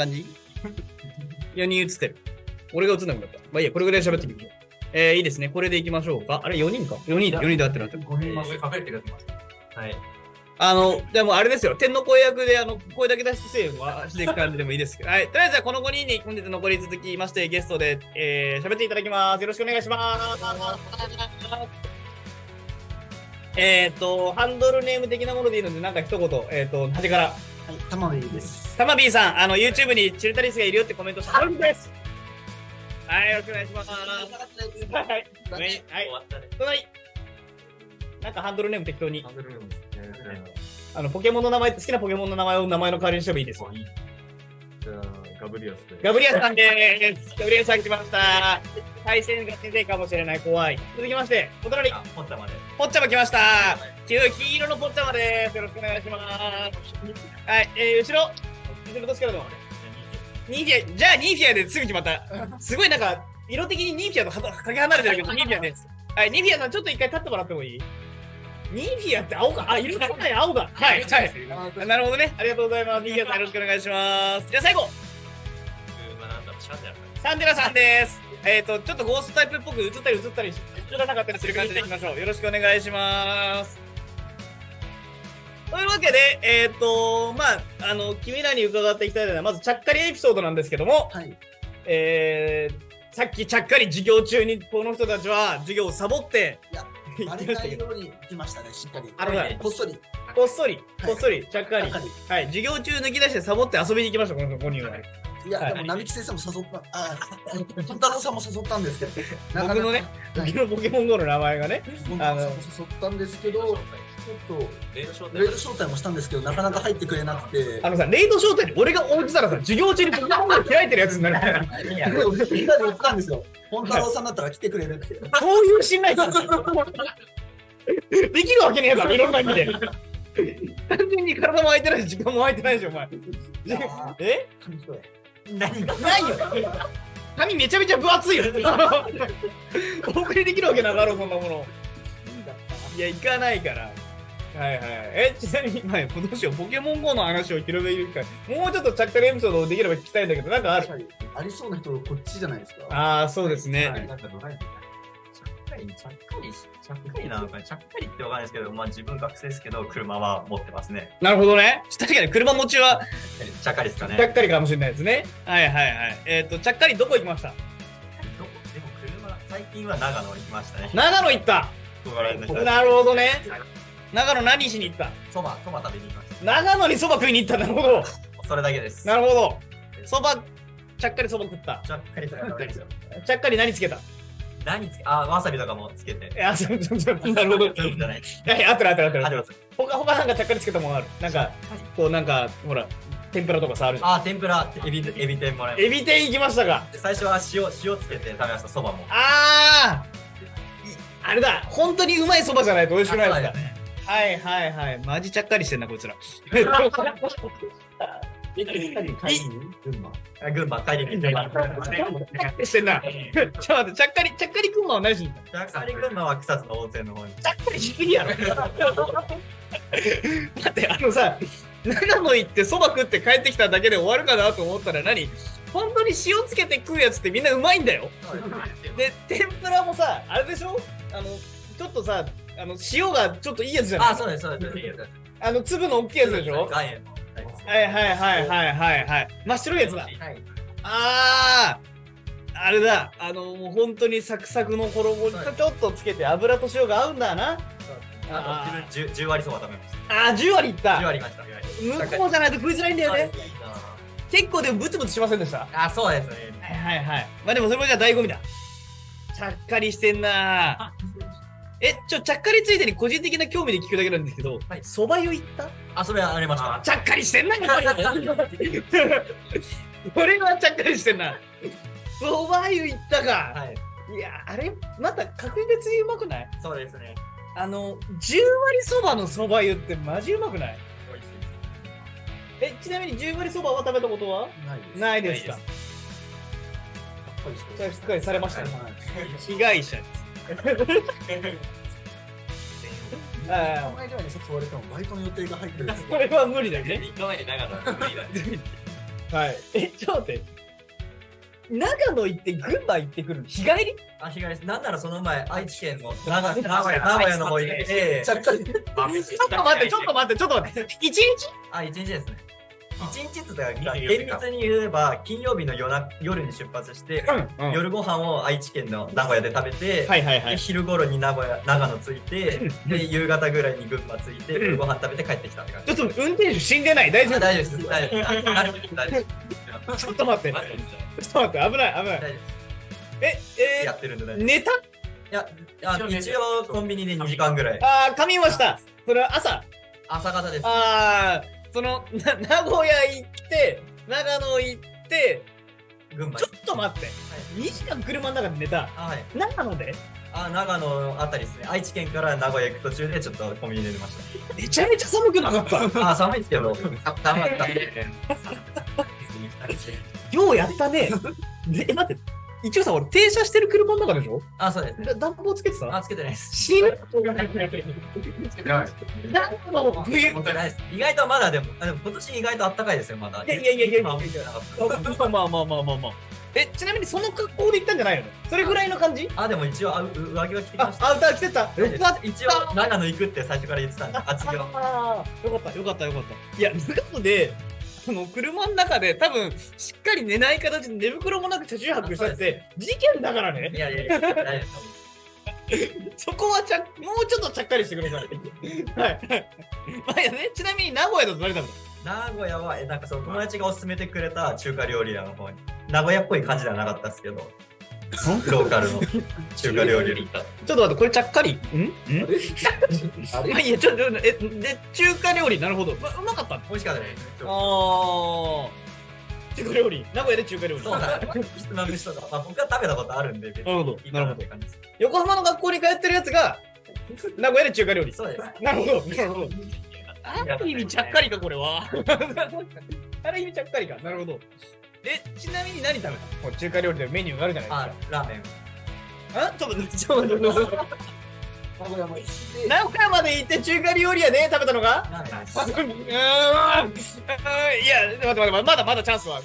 [SPEAKER 3] ?4 人映ってる。俺が映んなくなった。まあいいや、これぐらい喋ってみる。いいですね。これでいきましょうか。あれ、4人か ?4 人で合ってる。
[SPEAKER 2] 5人隠れてください。はい。
[SPEAKER 3] でもあれですよ。天の声役で、声だけ出して声はしていく感じでもいいですけど。はい。とりあえずはこの5人に本日残り続きまして、ゲストで、喋っていただきます。よろしくお願いします。ハンドルネーム的なものでいいので、なんか一言、端から。はい、
[SPEAKER 4] たまびーです。
[SPEAKER 3] たまびーさん、YouTube にチルタリスがいるよってコメントした。です。はい、よろしくお願いします。はい。隣。なんかハンドルネーム適当に。ポケモンの名前、好きなポケモンの名前を名前の代わりにしてもいいですか？
[SPEAKER 4] じゃあ、ガブリアスで。
[SPEAKER 3] ガブリアスさんでーす。ガブリアスさん来ました。対戦が先生かもしれない。怖い。続きまして、お隣。
[SPEAKER 2] ポッチャマで。
[SPEAKER 3] ポッチャマ来ました。黄色のポッチャマでーす。よろしくお願いします。はい、後ろどっちからでも。ニーフィア、じゃあニーフィアですぐ決まった。すごいなんか、色的にニーフィアとかけ離れてるけど、ニーフィアです。はい、ニーフィアさん、ちょっと一回立ってもらってもいい？ニーフィアって青か。あ、色が青だ。はい、はい。なるほどね。ありがとうございます。ニーフィアさん、よろしくお願いします。じゃあ最後。サンデラさんです。ちょっとゴーストタイプっぽく映ったり映らなかったりする感じでいきましょう。よろしくお願いします。というわけで、君らに伺っていきたいのは、まずちゃっかりエピソードなんですけども、
[SPEAKER 4] はい、
[SPEAKER 3] さっきちゃっかり授業中にこの人たちは授業をサボって、
[SPEAKER 4] バレないように来ましたね、しっかり。こっそり、
[SPEAKER 3] ちゃっかり。はい、授業中抜き出してサボって遊びに行きました、この5人は。
[SPEAKER 4] いや、でも並木先生も誘った、本太郎さんも誘ったんですけど、
[SPEAKER 3] 僕のね、僕のポケモン GO の名前がね、
[SPEAKER 4] 本太郎さんも誘ったんですけど、ちょっとレイド招待もしたんですけど、なかなか入ってくれなくて。
[SPEAKER 3] レイド招待に俺が応じたらさ、授業中にポケモン GO 開いてるやつになるから。
[SPEAKER 4] みんなで言ったんですよ。本太郎さんだったら来てくれるって。
[SPEAKER 3] そういう信頼感できるわけねえだろ、いろんな意味で。単純に体も空いてないし、時間も空いてないし、お前。何がないよ。髪めちゃめちゃ分厚いよ。お送りできるわけなかろう、そんなもの。いや、行かないから。はいはい。ちなみに、どうしよう、ポケモン GO の話を広めるか、もうちょっとちゃっかりエピソードできれば聞きたいんだけど、なんかある？
[SPEAKER 4] ありそうな人、こっちじゃないですか。
[SPEAKER 3] ああ、そうですね。
[SPEAKER 2] ちゃっかりなのかね。ちゃっかりってわかんないですけど、自分学生ですけど、車は持ってますね。
[SPEAKER 3] なるほどね。確かに車持ちは、
[SPEAKER 2] ちゃっかりですかね。
[SPEAKER 3] ちゃっかりかもしれないですね。はいはいはい。ちゃっかりどこ行きました？
[SPEAKER 2] でも車、最近は長野に行きましたね。
[SPEAKER 3] 長野行った。なるほどね。長野何しに行った？
[SPEAKER 2] そば食べに行きました。
[SPEAKER 3] 長野にそば食いに行った。なるほど。
[SPEAKER 2] それだけです。
[SPEAKER 3] なるほど。そば、ちゃっかりそば食った。
[SPEAKER 2] ちゃっかりそば食ったですよ。
[SPEAKER 3] ちゃっかり何つけた？
[SPEAKER 2] わさびとかもつけて。
[SPEAKER 3] なるほど。あったら。他なんかちゃっかりつけたものある？なんか、ほら、天ぷらとかさあるじゃん。
[SPEAKER 2] 天ぷら、エビ天もらえ
[SPEAKER 3] エビ天行きましたか？
[SPEAKER 2] 最初は塩つけて食べました、そばも。
[SPEAKER 3] あれだ、本当にうまいそばじゃないと美味しくないですか？はい。マジちゃっかりしてんな、こいつら。い
[SPEAKER 2] 群馬、帰りに。
[SPEAKER 3] してんな。ちょっと待って、ちゃっかり群馬は何しに行った
[SPEAKER 2] ちゃっかり群馬は草津の温泉の方に。
[SPEAKER 3] ちゃっかりしすぎやろ。待って、さ、長野行ってそば食って帰ってきただけで終わるかなと思ったら本当に塩つけて食うやつってみんなうまいんだよ。で、天ぷらもさ、あれでしょちょっとさ、塩がちょっといいやつじゃない？
[SPEAKER 2] あ、そうです、そうです。
[SPEAKER 3] 粒の大きいやつでしょ？はい。真っ白いやつだ。あれだ。もう本当にサクサクの衣にちょっとつけて油と塩が合うんだな。
[SPEAKER 2] 10割そば食べました。
[SPEAKER 3] 10割いった。
[SPEAKER 2] 10割いました。
[SPEAKER 3] 向こうじゃないと食いづらいんだよね。結構でもブツブツしませんでした？
[SPEAKER 2] そうですね。
[SPEAKER 3] まあでもそれもじゃあ醍醐味だ。ちゃっかりしてんな。ちゃっかりついでに個人的な興味で聞くだけなんですけど、蕎麦湯行った？
[SPEAKER 2] それはありました。
[SPEAKER 3] ちゃっかりしてんな、やっぱり。これはちゃっかりしてんな。蕎麦湯行ったか。いや、あれ、また確実にうまくない？
[SPEAKER 2] そうですね。
[SPEAKER 3] 10割蕎麦の蕎麦湯ってマジうまくない？
[SPEAKER 2] 美味しい
[SPEAKER 3] です。ちなみに10割蕎麦は食べたことは？ないですか。しっかりされましたね。被害者です。
[SPEAKER 4] 前ではね、誘われてもバイトの予定が入ってる。
[SPEAKER 3] これは無理だよね。
[SPEAKER 2] 3日前に長野は無理だね。
[SPEAKER 3] はい。ちょっと待って。長野行って群馬行ってくる日帰り？
[SPEAKER 2] 日帰りです。なんならその前、愛知県の名古屋の方行って、
[SPEAKER 3] ちょっと待って。1日？
[SPEAKER 2] 1日ですね。1日って厳密に言えば金曜日の夜に出発して、夜ご飯を愛知県の名古屋で食べて、昼頃に長野着いて、で夕方ぐらいに群馬着いて、夜ご飯食べて帰ってきたって感じ。
[SPEAKER 3] ちょっと運転手死んでない？大丈夫？
[SPEAKER 2] 大丈夫です。大丈
[SPEAKER 3] 夫。ちょっと待って。危ない。
[SPEAKER 2] やってるんで大丈夫。
[SPEAKER 3] 寝た？
[SPEAKER 2] いや、一応コンビニで2時間ぐらい。
[SPEAKER 3] 噛みました。それは朝
[SPEAKER 2] 方です。
[SPEAKER 3] その名古屋行って長野行って
[SPEAKER 2] 群馬。
[SPEAKER 3] ちょっと待って、2時間車の中で寝た。長野で？
[SPEAKER 2] 長野あたりですね。愛知県から名古屋行く途中でちょっとコンビニで寝ました。
[SPEAKER 3] めちゃめちゃ寒くなかった？
[SPEAKER 2] 寒いですけど。寒かった。
[SPEAKER 3] ようやったね。待って。一応さ、俺停車してる車の中でしょ？
[SPEAKER 2] そうです。
[SPEAKER 3] 暖房つけてた？
[SPEAKER 2] つけてないです。
[SPEAKER 3] 死ぬ？
[SPEAKER 2] 意外とまだでも今年意外と暖かいですよ、まだ。
[SPEAKER 3] いや。まあ。ちなみにその格好で行ったんじゃないの？それぐらいの感じ？
[SPEAKER 2] でも一応上着は着てきました。
[SPEAKER 3] アウター着てた？
[SPEAKER 2] 一応長野行くって最初から言ってたんで、厚着は。
[SPEAKER 3] よかった。いや、長野で、車の中で多分しっかり寝ない形で寝袋もなく車中泊したって事件だからね。
[SPEAKER 2] いや。
[SPEAKER 3] そこはもうちょっとちゃっかりしてください。ちなみに名古屋だと何食べた？
[SPEAKER 2] 名古屋はなんかその友達がおすすめてくれた中華料理屋の方に。名古屋っぽい感じではなかったですけど、ローカルの中華料理。
[SPEAKER 3] ちょっと待って、これちゃっかり？いや、ちょっと中華料理、なるほど。うまかった？
[SPEAKER 2] 美味しかったです。
[SPEAKER 3] 中華料理、名古屋で中華料理。
[SPEAKER 2] そうだ。ひつまぶしとか、僕は食べたことあるんで。
[SPEAKER 3] なるほど。横浜の学校に通ってるやつが名古屋で中華料理。
[SPEAKER 2] そうです。
[SPEAKER 3] なるほど。ある意味ちゃっかりか、これは。ある意味ちゃっかりか。なるほど。ちなみに何食べた？中華料理でメニューがあるじゃないですか。
[SPEAKER 2] ラーメン。
[SPEAKER 3] ちょっと名古屋まで行って中華料理屋で食べたのが？いや、待って、まだチャンスは。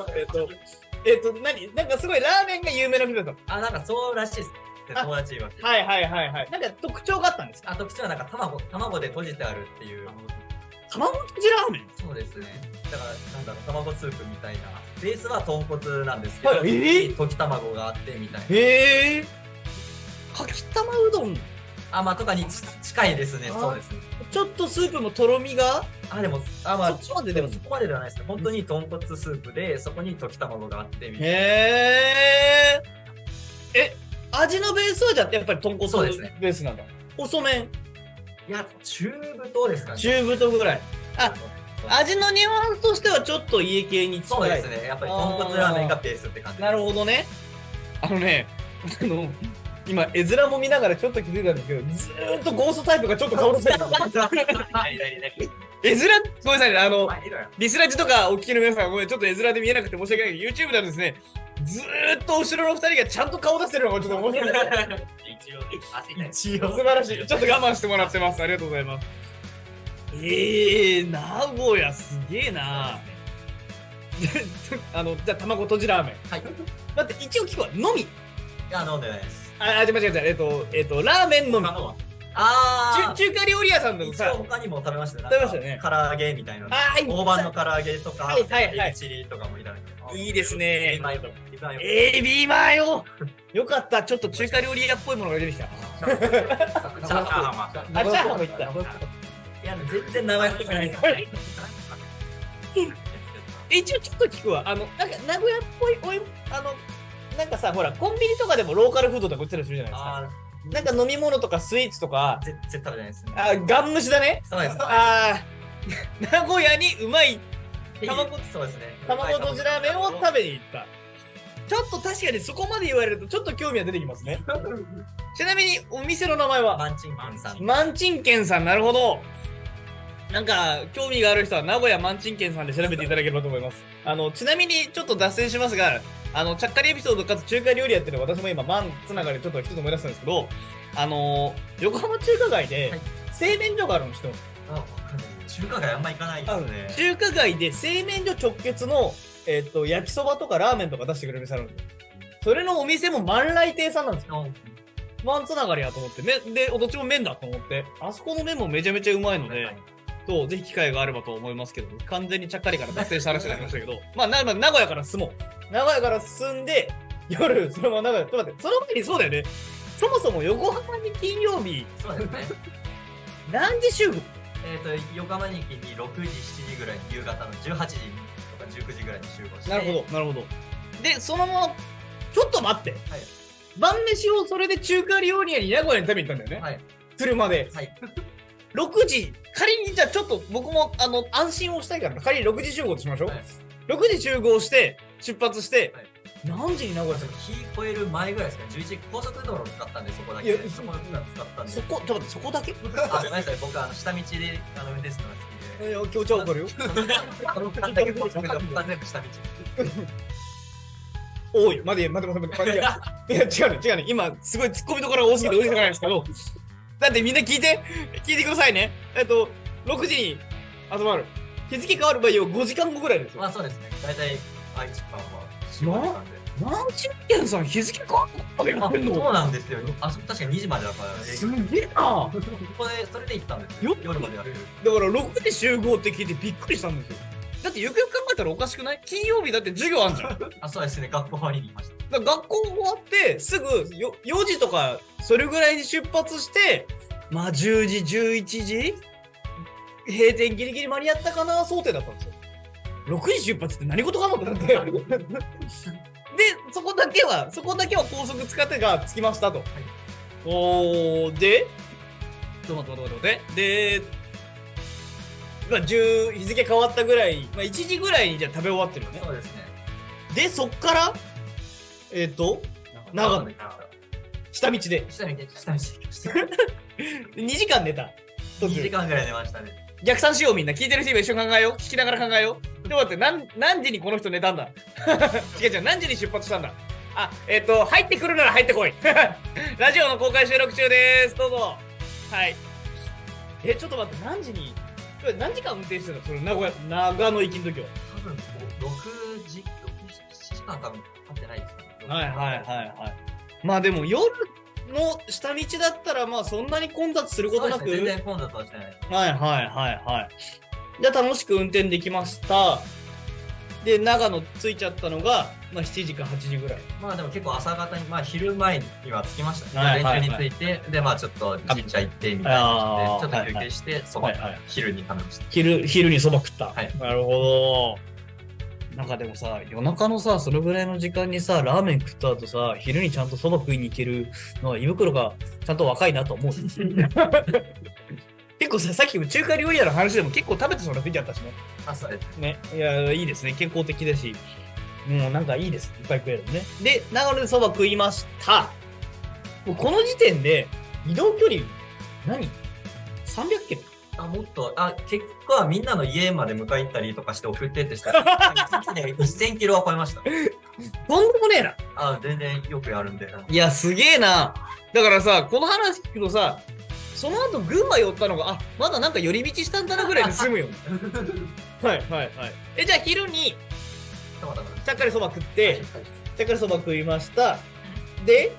[SPEAKER 3] なんかすごいラーメンが有名な店だった。
[SPEAKER 2] なんかそうらしいです。友達曰く。
[SPEAKER 3] はい。なんか特徴があったんですか？
[SPEAKER 2] 特徴はなんか卵で閉じてあるっていう。
[SPEAKER 3] 卵とじラーメン？
[SPEAKER 2] そうですね。だからなんだろう、卵スープみたいな。ベースは豚骨なんですけど、溶き卵があってみたいな。
[SPEAKER 3] かきたまうどん？
[SPEAKER 2] とかに近いですね。そうですね。
[SPEAKER 3] ちょっとスープもとろみが？
[SPEAKER 2] でもそこまでではないですね。本当に豚骨スープでそこに溶き卵があってみたいな。
[SPEAKER 3] 味のベースはじゃあやっぱり豚骨ベースなんだ。細麺？
[SPEAKER 2] いや、中太ですかね。
[SPEAKER 3] 中太ぐらい。味のニュアンスとしてはちょっと家系に近い。
[SPEAKER 2] そうですね。やっぱり豚骨ラーメンがベースって感じです。
[SPEAKER 3] なるほどね。今絵面も見ながらちょっと気づいたんですけど、ずーっとゴーストタイプがちょっと顔してる。 絵面、ごめんなさいね、リスラジとかお聞きの皆さん、ごめん、ちょっと絵面で見えなくて申し訳ないけど、YouTube ではですね、ずーっと後ろの2人がちゃんと顔出してるのがちょっと面白い。一応。素晴らしい。ちょっと我慢してもらってます。ありがとうございます。名古屋すげえな。じゃあ、卵とじラーメン。
[SPEAKER 4] はい。
[SPEAKER 3] 待って、一応聞くわ。のみ。
[SPEAKER 4] いや、飲んでないです。
[SPEAKER 3] 間違えた。ラーメンのみ。中華料理屋さんでもさ、
[SPEAKER 4] 他にも食べましたね。
[SPEAKER 3] 食べましたよね。
[SPEAKER 4] 唐揚げみたいな。大判の唐揚げとか、エビチリとかもいただいて。
[SPEAKER 3] いいですね。
[SPEAKER 4] エ
[SPEAKER 3] ビマヨ。よかった。ちょっと中華料理屋っぽいものが出てきた。
[SPEAKER 4] チャーハンもいった。いや、全然名前っぽくないです。
[SPEAKER 3] 一応ちょっと聞くわ。なんか名古屋っぽいなんかさ、ほら、コンビニとかでもローカルフードとか売ってたりするじゃないですか。なんか飲み物とかスイーツとか。
[SPEAKER 4] 全然食べないですね。
[SPEAKER 3] ガン虫だね。
[SPEAKER 4] そうです。
[SPEAKER 3] 名古屋にうまい
[SPEAKER 4] そうですね。
[SPEAKER 3] 卵とじラーメンを食べに行った。ちょっと確かにそこまで言われるとちょっと興味は出てきますね。ちなみにお店の名前は
[SPEAKER 4] マンチンケンさん。
[SPEAKER 3] マンチンケンさん、なるほど。なんか興味がある人は名古屋マンチンケンさんで調べていただければと思います。ちなみにちょっと脱線しますが、ちゃっかりエピソードかつ中華料理やってるの私も今マンつながりでちょっと一つ思い出したんですけど、横浜中華街で製麺所があるの人。
[SPEAKER 4] 中華街あんま行かないですね。
[SPEAKER 3] 中華街で製麺所直結の焼きそばとかラーメンとか出してくれる店あるんですよ。それのお店も万来亭さんなんですよ。マンつながりやと思って、で、どっちも麺だと思って、あそこの麺もめちゃめちゃうまいので、ぜひ機会があればと思いますけど、完全にちゃっかりから脱線した話になりましたけど、まあ、名古屋から進もう。名古屋から進んで、夜、そのまま名古屋、ちょっと待って、その前にそうだよね。そもそも横浜に金曜日、
[SPEAKER 4] そうですね。
[SPEAKER 3] 何時集合？
[SPEAKER 4] 横浜に6時、7時ぐらいに夕方の18時とか19時ぐらいに集合して。
[SPEAKER 3] なるほど、なるほど。で、そのまま、ちょっと待って。はい。晩飯をそれで中華料理屋に名古屋に食べに行ったんだよね。はい。車で。はい。6時、仮にじゃあちょっと僕も安心をしたいから、仮に6時集合としましょう。はい、6時集合して、出発して、はい、何時に名古屋に
[SPEAKER 4] 日越える前ぐらいですかね、11時、高速道路を使ったんで、そこだけ。そこ使ったんで。ちょっと待って、そこだけごめんなさい、僕下道で運転するのが好きで。
[SPEAKER 3] 今日ちゃわかるよ。
[SPEAKER 4] 全部下道。
[SPEAKER 3] 多い。待て。いや、違うね。今、すごい突っ込みどころが多すぎて追いつかないんですけど、だってみんな聞いてくださいね。6時に集まる。日付変わる場合よ、5時間後ぐらいですよ。
[SPEAKER 4] まあそうですね。大体、愛知間は。
[SPEAKER 3] マンチンケンさん、日付変わるの？
[SPEAKER 4] そうなんですよ。確か2時までだから。
[SPEAKER 3] すげえな。
[SPEAKER 4] それで行ったんですよ。夜までやる。
[SPEAKER 3] だから6時集合って聞いてびっくりしたんですよ。だってよくよく考えたらおかしくない？金曜日だって授業あんじゃん。
[SPEAKER 4] そうですね。学校終わりに行きました。
[SPEAKER 3] だから学校終わってすぐ4時とかそれぐらいに出発して、まあ10時、11時閉店ギリギリ間に合ったかな想定だったんですよ。6時出発って何事かなと思って。で、そこだけは高速使ってが着きましたと。はい、で、ちょっと待って。で、まあ、日付変わったぐらい、まあ、1時ぐらいにじゃあ食べ終わってるよね。
[SPEAKER 4] そうですね。
[SPEAKER 3] で、そっから、長野。下道で。
[SPEAKER 4] 下道で来ました。
[SPEAKER 3] 2時間寝た。
[SPEAKER 4] 2時間ぐらい寝ましたね。
[SPEAKER 3] 逆算しようみんな。聞いてる人も一緒に考えよう。聞きながら考えよう。ちょっと待って、何時にこの人寝たんだ違う、何時に出発したんだ。入ってくるなら入ってこい。ラジオの公開収録中です。どうぞ。はい。ちょっと待って、何時間運転してたの？その長野行きの時は。
[SPEAKER 4] 多分、6時、7時間多分かかってないですね。
[SPEAKER 3] はい。まあでも夜の下道だったらまあそんなに混雑することなく、
[SPEAKER 4] 全然混雑はしてない。
[SPEAKER 3] はい。じゃあ楽しく運転できました。で、長野着いちゃったのが、まあ7時か8時ぐらい。
[SPEAKER 4] まあでも結構朝方に、まあ昼前には着きましたね。練習に着いて、でまあちょっと神社行ってみたいな感じで、ちょっと休憩して、そば昼に食べました。
[SPEAKER 3] 昼にそば食った。
[SPEAKER 4] はい。
[SPEAKER 3] なるほど。なんかでもさ、夜中のさ、そのぐらいの時間にさ、ラーメン食った後さ、昼にちゃんとそば食いに行けるのは胃袋がちゃんと若いなと思う。結構さっき中華料理屋の話でも結構食べてそうな雰囲気あったしね。
[SPEAKER 4] そうです
[SPEAKER 3] ね。いや、いいですね。健康的だし。もうなんかいいです。いっぱい食えるね。で、長野でそば食いました。もうこの時点で移動距離、300キロ
[SPEAKER 4] もっと、結果はみんなの家まで迎え行ったりとかして送ってってしたら、1日で1000キロは超えました。
[SPEAKER 3] とんでもねえな。
[SPEAKER 4] 全然よくやるんで。
[SPEAKER 3] いや、すげえな。だからさ、この話聞くとさ、その後群馬寄ったのが、まだなんか寄り道したんだなぐらいで済むよ。はいはいはい。じゃあ昼に、ちゃっかりそば食って、ちゃっかりそば食いました。で、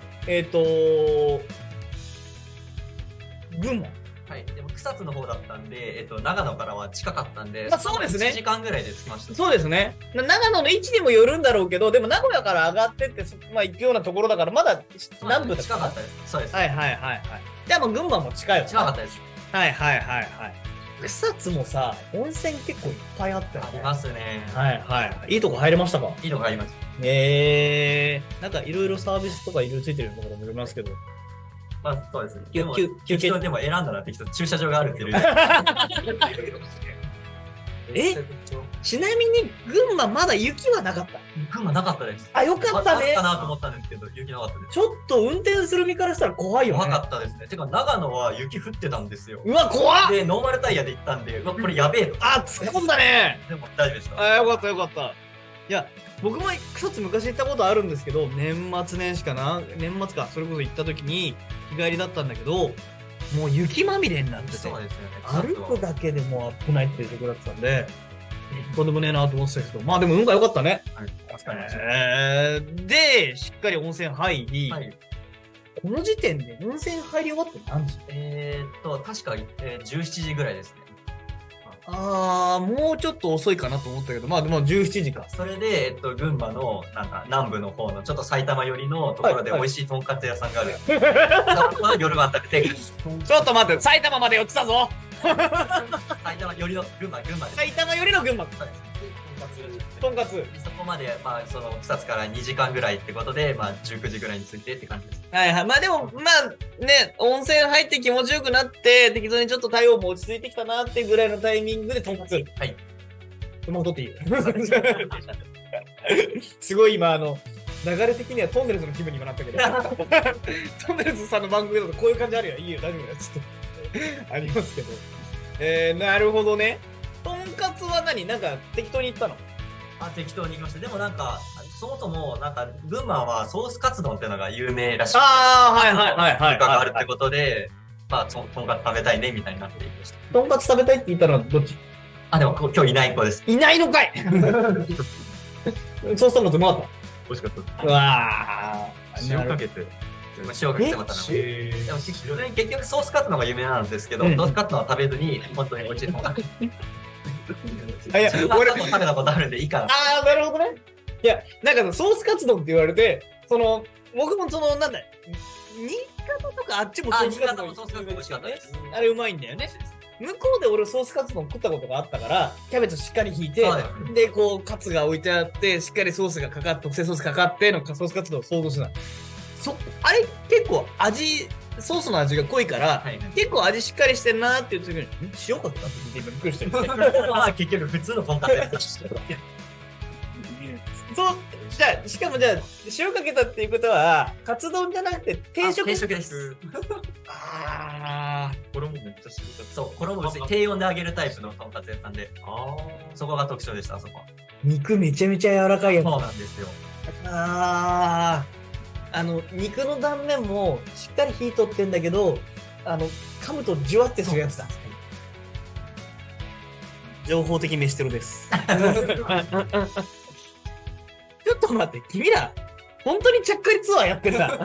[SPEAKER 3] 群馬。
[SPEAKER 4] はい、でも草津の方だったんで、長野からは近かったんで、
[SPEAKER 3] そうですね。
[SPEAKER 4] 1時間ぐらいで着きました。
[SPEAKER 3] そうですね。長野の位置にもよるんだろうけど、でも名古屋から上がってって、行くようなところだから、まだ南部だ
[SPEAKER 4] 近かったです。そうです。
[SPEAKER 3] はいはいはいはい。じゃあもう群馬も近いよ。
[SPEAKER 4] 近かったです。
[SPEAKER 3] はいはいはいはい。草津もさ、温泉結構いっぱいあったよね。
[SPEAKER 4] ありますね。
[SPEAKER 3] はいはい。いいとこ入れましたか？
[SPEAKER 4] いいとこ入りました。
[SPEAKER 3] なんかいろいろサービスとかいろいろついてるところもありますけど。
[SPEAKER 4] そうですね。休憩でも選んだら適当駐車場があるっていう。
[SPEAKER 3] ちなみに群馬まだ雪はなかった？
[SPEAKER 4] 群馬なかったです。
[SPEAKER 3] よかったね。
[SPEAKER 4] かなと思ったんですけど、雪なかったです。
[SPEAKER 3] ちょっと運転する身からしたら怖いよね。
[SPEAKER 4] 怖かったですね。てか長野は雪降ってたんですよ。
[SPEAKER 3] うわ、怖っ！
[SPEAKER 4] で、ノーマルタイヤで行ったんで、これやべえと。
[SPEAKER 3] 突っ込んだね。
[SPEAKER 4] でも大丈夫でした。
[SPEAKER 3] よかったよかった。いや、僕も草津昔行ったことあるんですけど、年末年始かな、年末か、それこそ行った時に日帰りだったんだけど、もう雪まみれになってて、
[SPEAKER 4] そうですよね。
[SPEAKER 3] 歩くだけでも危ないっていうところだったんで、とんでもねえなと思ってたけど、まあでも運が良かったね。
[SPEAKER 4] はい、助かりました。
[SPEAKER 3] で、しっかり温泉入り、この時点で温泉入り終わって何時？
[SPEAKER 4] 確か、17時ぐらいですね。
[SPEAKER 3] もうちょっと遅いかなと思ったけど、まあでも17時か。
[SPEAKER 4] それで、群馬のなんか南部の方のちょっ埼玉寄りのところで美味しいとんかつ屋さんがある。夜晩食べて。
[SPEAKER 3] ちょっと待って、埼玉まで寄ってたぞ。
[SPEAKER 4] 埼玉寄りの群馬で。
[SPEAKER 3] 埼玉寄りの群馬。とんかつ。
[SPEAKER 4] そこまでその草津から2時間ぐらいってことで、19時ぐらいに着いてって感じです。
[SPEAKER 3] はいはい。まあでもね、温泉入って気持ちよくなって適当にちょっと体温も落ち着いてきたなってぐらいのタイミングでとんかつ。はい。スマホ撮っていい？すごい今流れ的にはトンネルズの気分にもなったけど、トンネルズさんの番組だとこういう感じあるよ。いいよ大丈夫だよ。ちょっとありますけど。なるほどね。とんかつはなんか適当に行ったの？
[SPEAKER 4] 適当に行きました。でもなんか、そもそもなんか群馬はソースカツ丼っていうのが有名らしい。
[SPEAKER 3] はいはいはいはい。
[SPEAKER 4] があるってことで、とんかつ食べたいねみたいになっていました。
[SPEAKER 3] とんかつ食べたいって言ったのはどっち？
[SPEAKER 4] でも今日いない子です。
[SPEAKER 3] いないのかい。ソースとんかつうまかった？
[SPEAKER 4] 美味しかった。
[SPEAKER 3] うわ
[SPEAKER 4] ー。塩かけて。塩かけてまたね。でも結局ソースカツの方が有名なんですけど、ソースカツのは食べずに本当に美味しいとんかつ。俺食べたことあるんでいいかな。
[SPEAKER 3] なるほどね。いや、なんかソースカツ丼って言われて、僕もなんだ、新潟とかあっちもソースカツ丼
[SPEAKER 4] 美味しかったです。
[SPEAKER 3] あれうまいんだよね。向こうで俺ソースカツ丼食ったことがあったから、キャベツしっかり引いて、で、こう、カツが置いてあって、しっかりソースがかかって、特製ソースかかってのソースカツ丼を想像してた。あれ結構ソースの味が濃いから、結構味しっかりしてるなーっていう時に、塩かけたって聞いてびっくりしてる。
[SPEAKER 4] 結局普通のとんかつです。
[SPEAKER 3] しかも塩かけたっていうことは、カツ丼じゃなくて定食
[SPEAKER 4] です。衣めっちゃ塩かけ。そう、衣薄い低温で揚げるタイプのとんかつ屋さんで、そこが特徴でした、あそこは。
[SPEAKER 3] 肉めちゃめちゃ柔らかいやつ。
[SPEAKER 4] そうなんですよ。
[SPEAKER 3] 肉の断面もしっかり火取ってんだけど、噛むとジュワってするやつだ。情報的飯テロです。ちょっと待って、君ら、本当にちゃっかりツアーやってるな。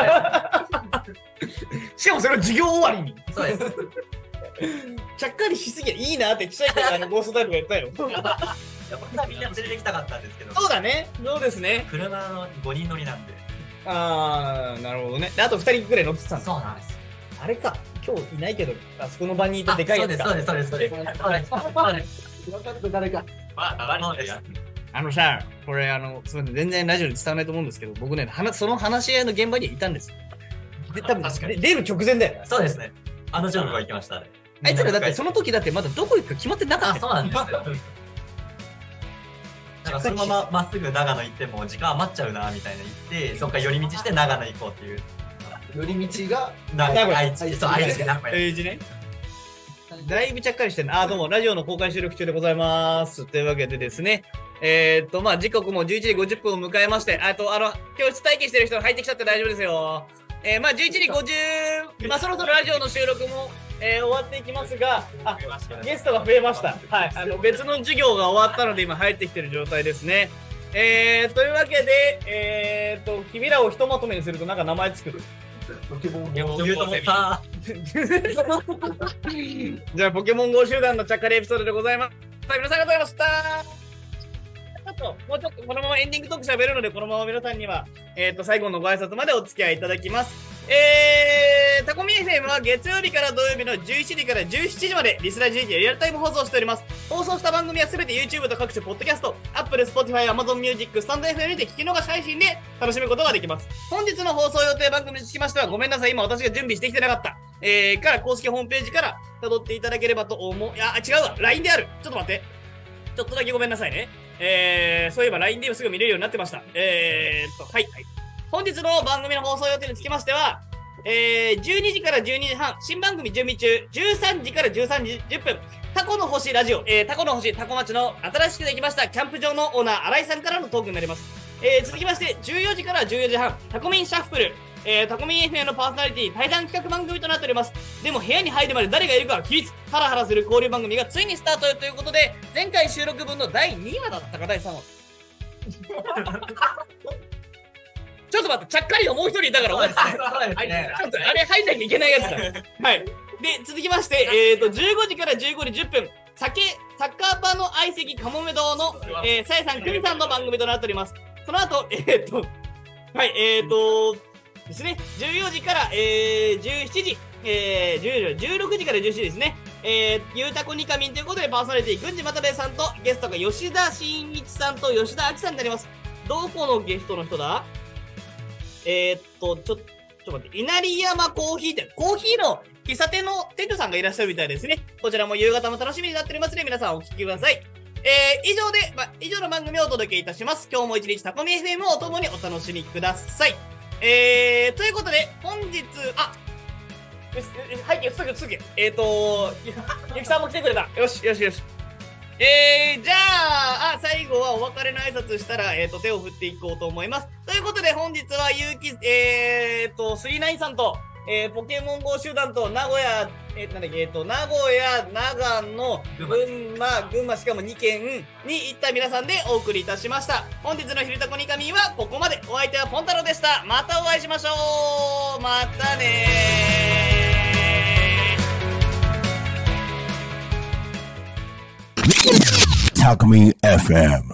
[SPEAKER 3] しかもそれを授業終わりに。
[SPEAKER 4] そうです。
[SPEAKER 3] ちゃっかりしすぎや、いいなって記者会ゴーストタイムが言ったよ。
[SPEAKER 4] 本当はみんな連れてきたかったんですけど。
[SPEAKER 3] そうだね。そうですね。
[SPEAKER 4] 車の5人乗りなんで。
[SPEAKER 3] なるほどね。で、あと2人ぐらい乗ってたんだ。
[SPEAKER 4] そうなんです。
[SPEAKER 3] あれか、今日いないけど、あそこの場にいたでかいやつか。
[SPEAKER 4] そうです。
[SPEAKER 3] 分かった誰か。さ、これすみません、全然ラジオで伝わらないと思うんですけど、僕ね、その話し合いの現場にはいたんですよ。で、多分出る直前だよ。
[SPEAKER 4] そうですね。ジョブが行きましたね。
[SPEAKER 3] あいつらだってその時だってまだどこ行くか決まってなかった。
[SPEAKER 4] そうなんですよ。そのまままっすぐ長野行っても時間余っちゃうなみたいな言って、そこから寄り道して長野行こうっていう。
[SPEAKER 3] 寄り道が
[SPEAKER 4] 愛知ね。
[SPEAKER 3] だいぶちゃっかりしてるな。どうも、ラジオの公開収録中でございます。というわけでですね、時刻も11時50分を迎えまして、教室待機してる人が入ってきちゃって大丈夫ですよ。11時50、そろそろラジオの収録も、終わっていきますが、ゲストが増えました。はい、別の授業が終わったので今入ってきてる状態ですね。というわけで、君らをひとまとめにするとなんか名前つく。
[SPEAKER 2] 言うと思った。
[SPEAKER 3] じゃあ、ポケモン GO 集団のちゃっかりエピソードでございます。皆さんありがとうございました。もうちょっとこのままエンディングトーク喋るので、このまま皆さんには、最後のご挨拶までお付き合いいただきます。タコミ FM は月曜日から土曜日の11時から17時までリスナー時リアルタイム放送しております。放送した番組はすべて YouTube と各種ポッドキャスト、Apple、Spotify、Amazon Music、スタンド FM にて聞き逃し配信で楽しむことができます。本日の放送予定番組につきましては、ごめんなさい、今私が準備してきてなかった。から公式ホームページ違っていただければと思う。違うわ、LINE である。ちょっと待って。ちょっとだけごめんなさいね。そういえば LINE ですぐ見れるようになってました。はい。本日の番組の放送予定につきましては、12時から12時半、新番組準備中、13時から13時10分、タコの星ラジオ、タコの星タコ町の新しくできましたキャンプ場のオーナー、新井さんからのトークになります。続きまして、14時から14時半、タコミンシャッフル、タコミン FM のパーソナリティ対談企画番組となっております。でも部屋に入るまで誰がいるかは秘密、ハラハラする交流番組がついにスタートということで、前回収録分の第2話だったか第3話ちょっと待って、ちゃっかりのもう一人いたから覚えてた。あれ入んなきゃいけないやつだ。はい。で、続きまして、15時から15時10分、サッカーパーの相席かもめ堂の、さやさん、くみさんの番組となっております。その後、はい、ですね、14時から、17時、16時から17時ですね。ゆうたこにかみんということでパーソナリティ、郡司又兵衛さんとゲストが吉田真一さんと吉田亜紀さんになります。どこのゲストの人だ？ちょっと待って、稲荷山コーヒー店、コーヒーの喫茶店の店長さんがいらっしゃるみたいですね。こちらも夕方も楽しみになっておりますので、皆さんお聞きください。以上の番組をお届けいたします。今日も一日タコミ FM をお共にお楽しみください。ということで、本日、はい、すぐ。ゆきさんも来てくれた。よし。じゃあ、最後はお別れの挨拶したら、手を振っていこうと思います。ということで、本日は39さんと、ポケモン GO 集団と名古屋、長野、群馬しかも2県に行った皆さんでお送りいたしました。本日のひるたこにかみはここまで。お相手はポンタロウでした。またお会いしましょう。またねー。
[SPEAKER 5] タコミ FM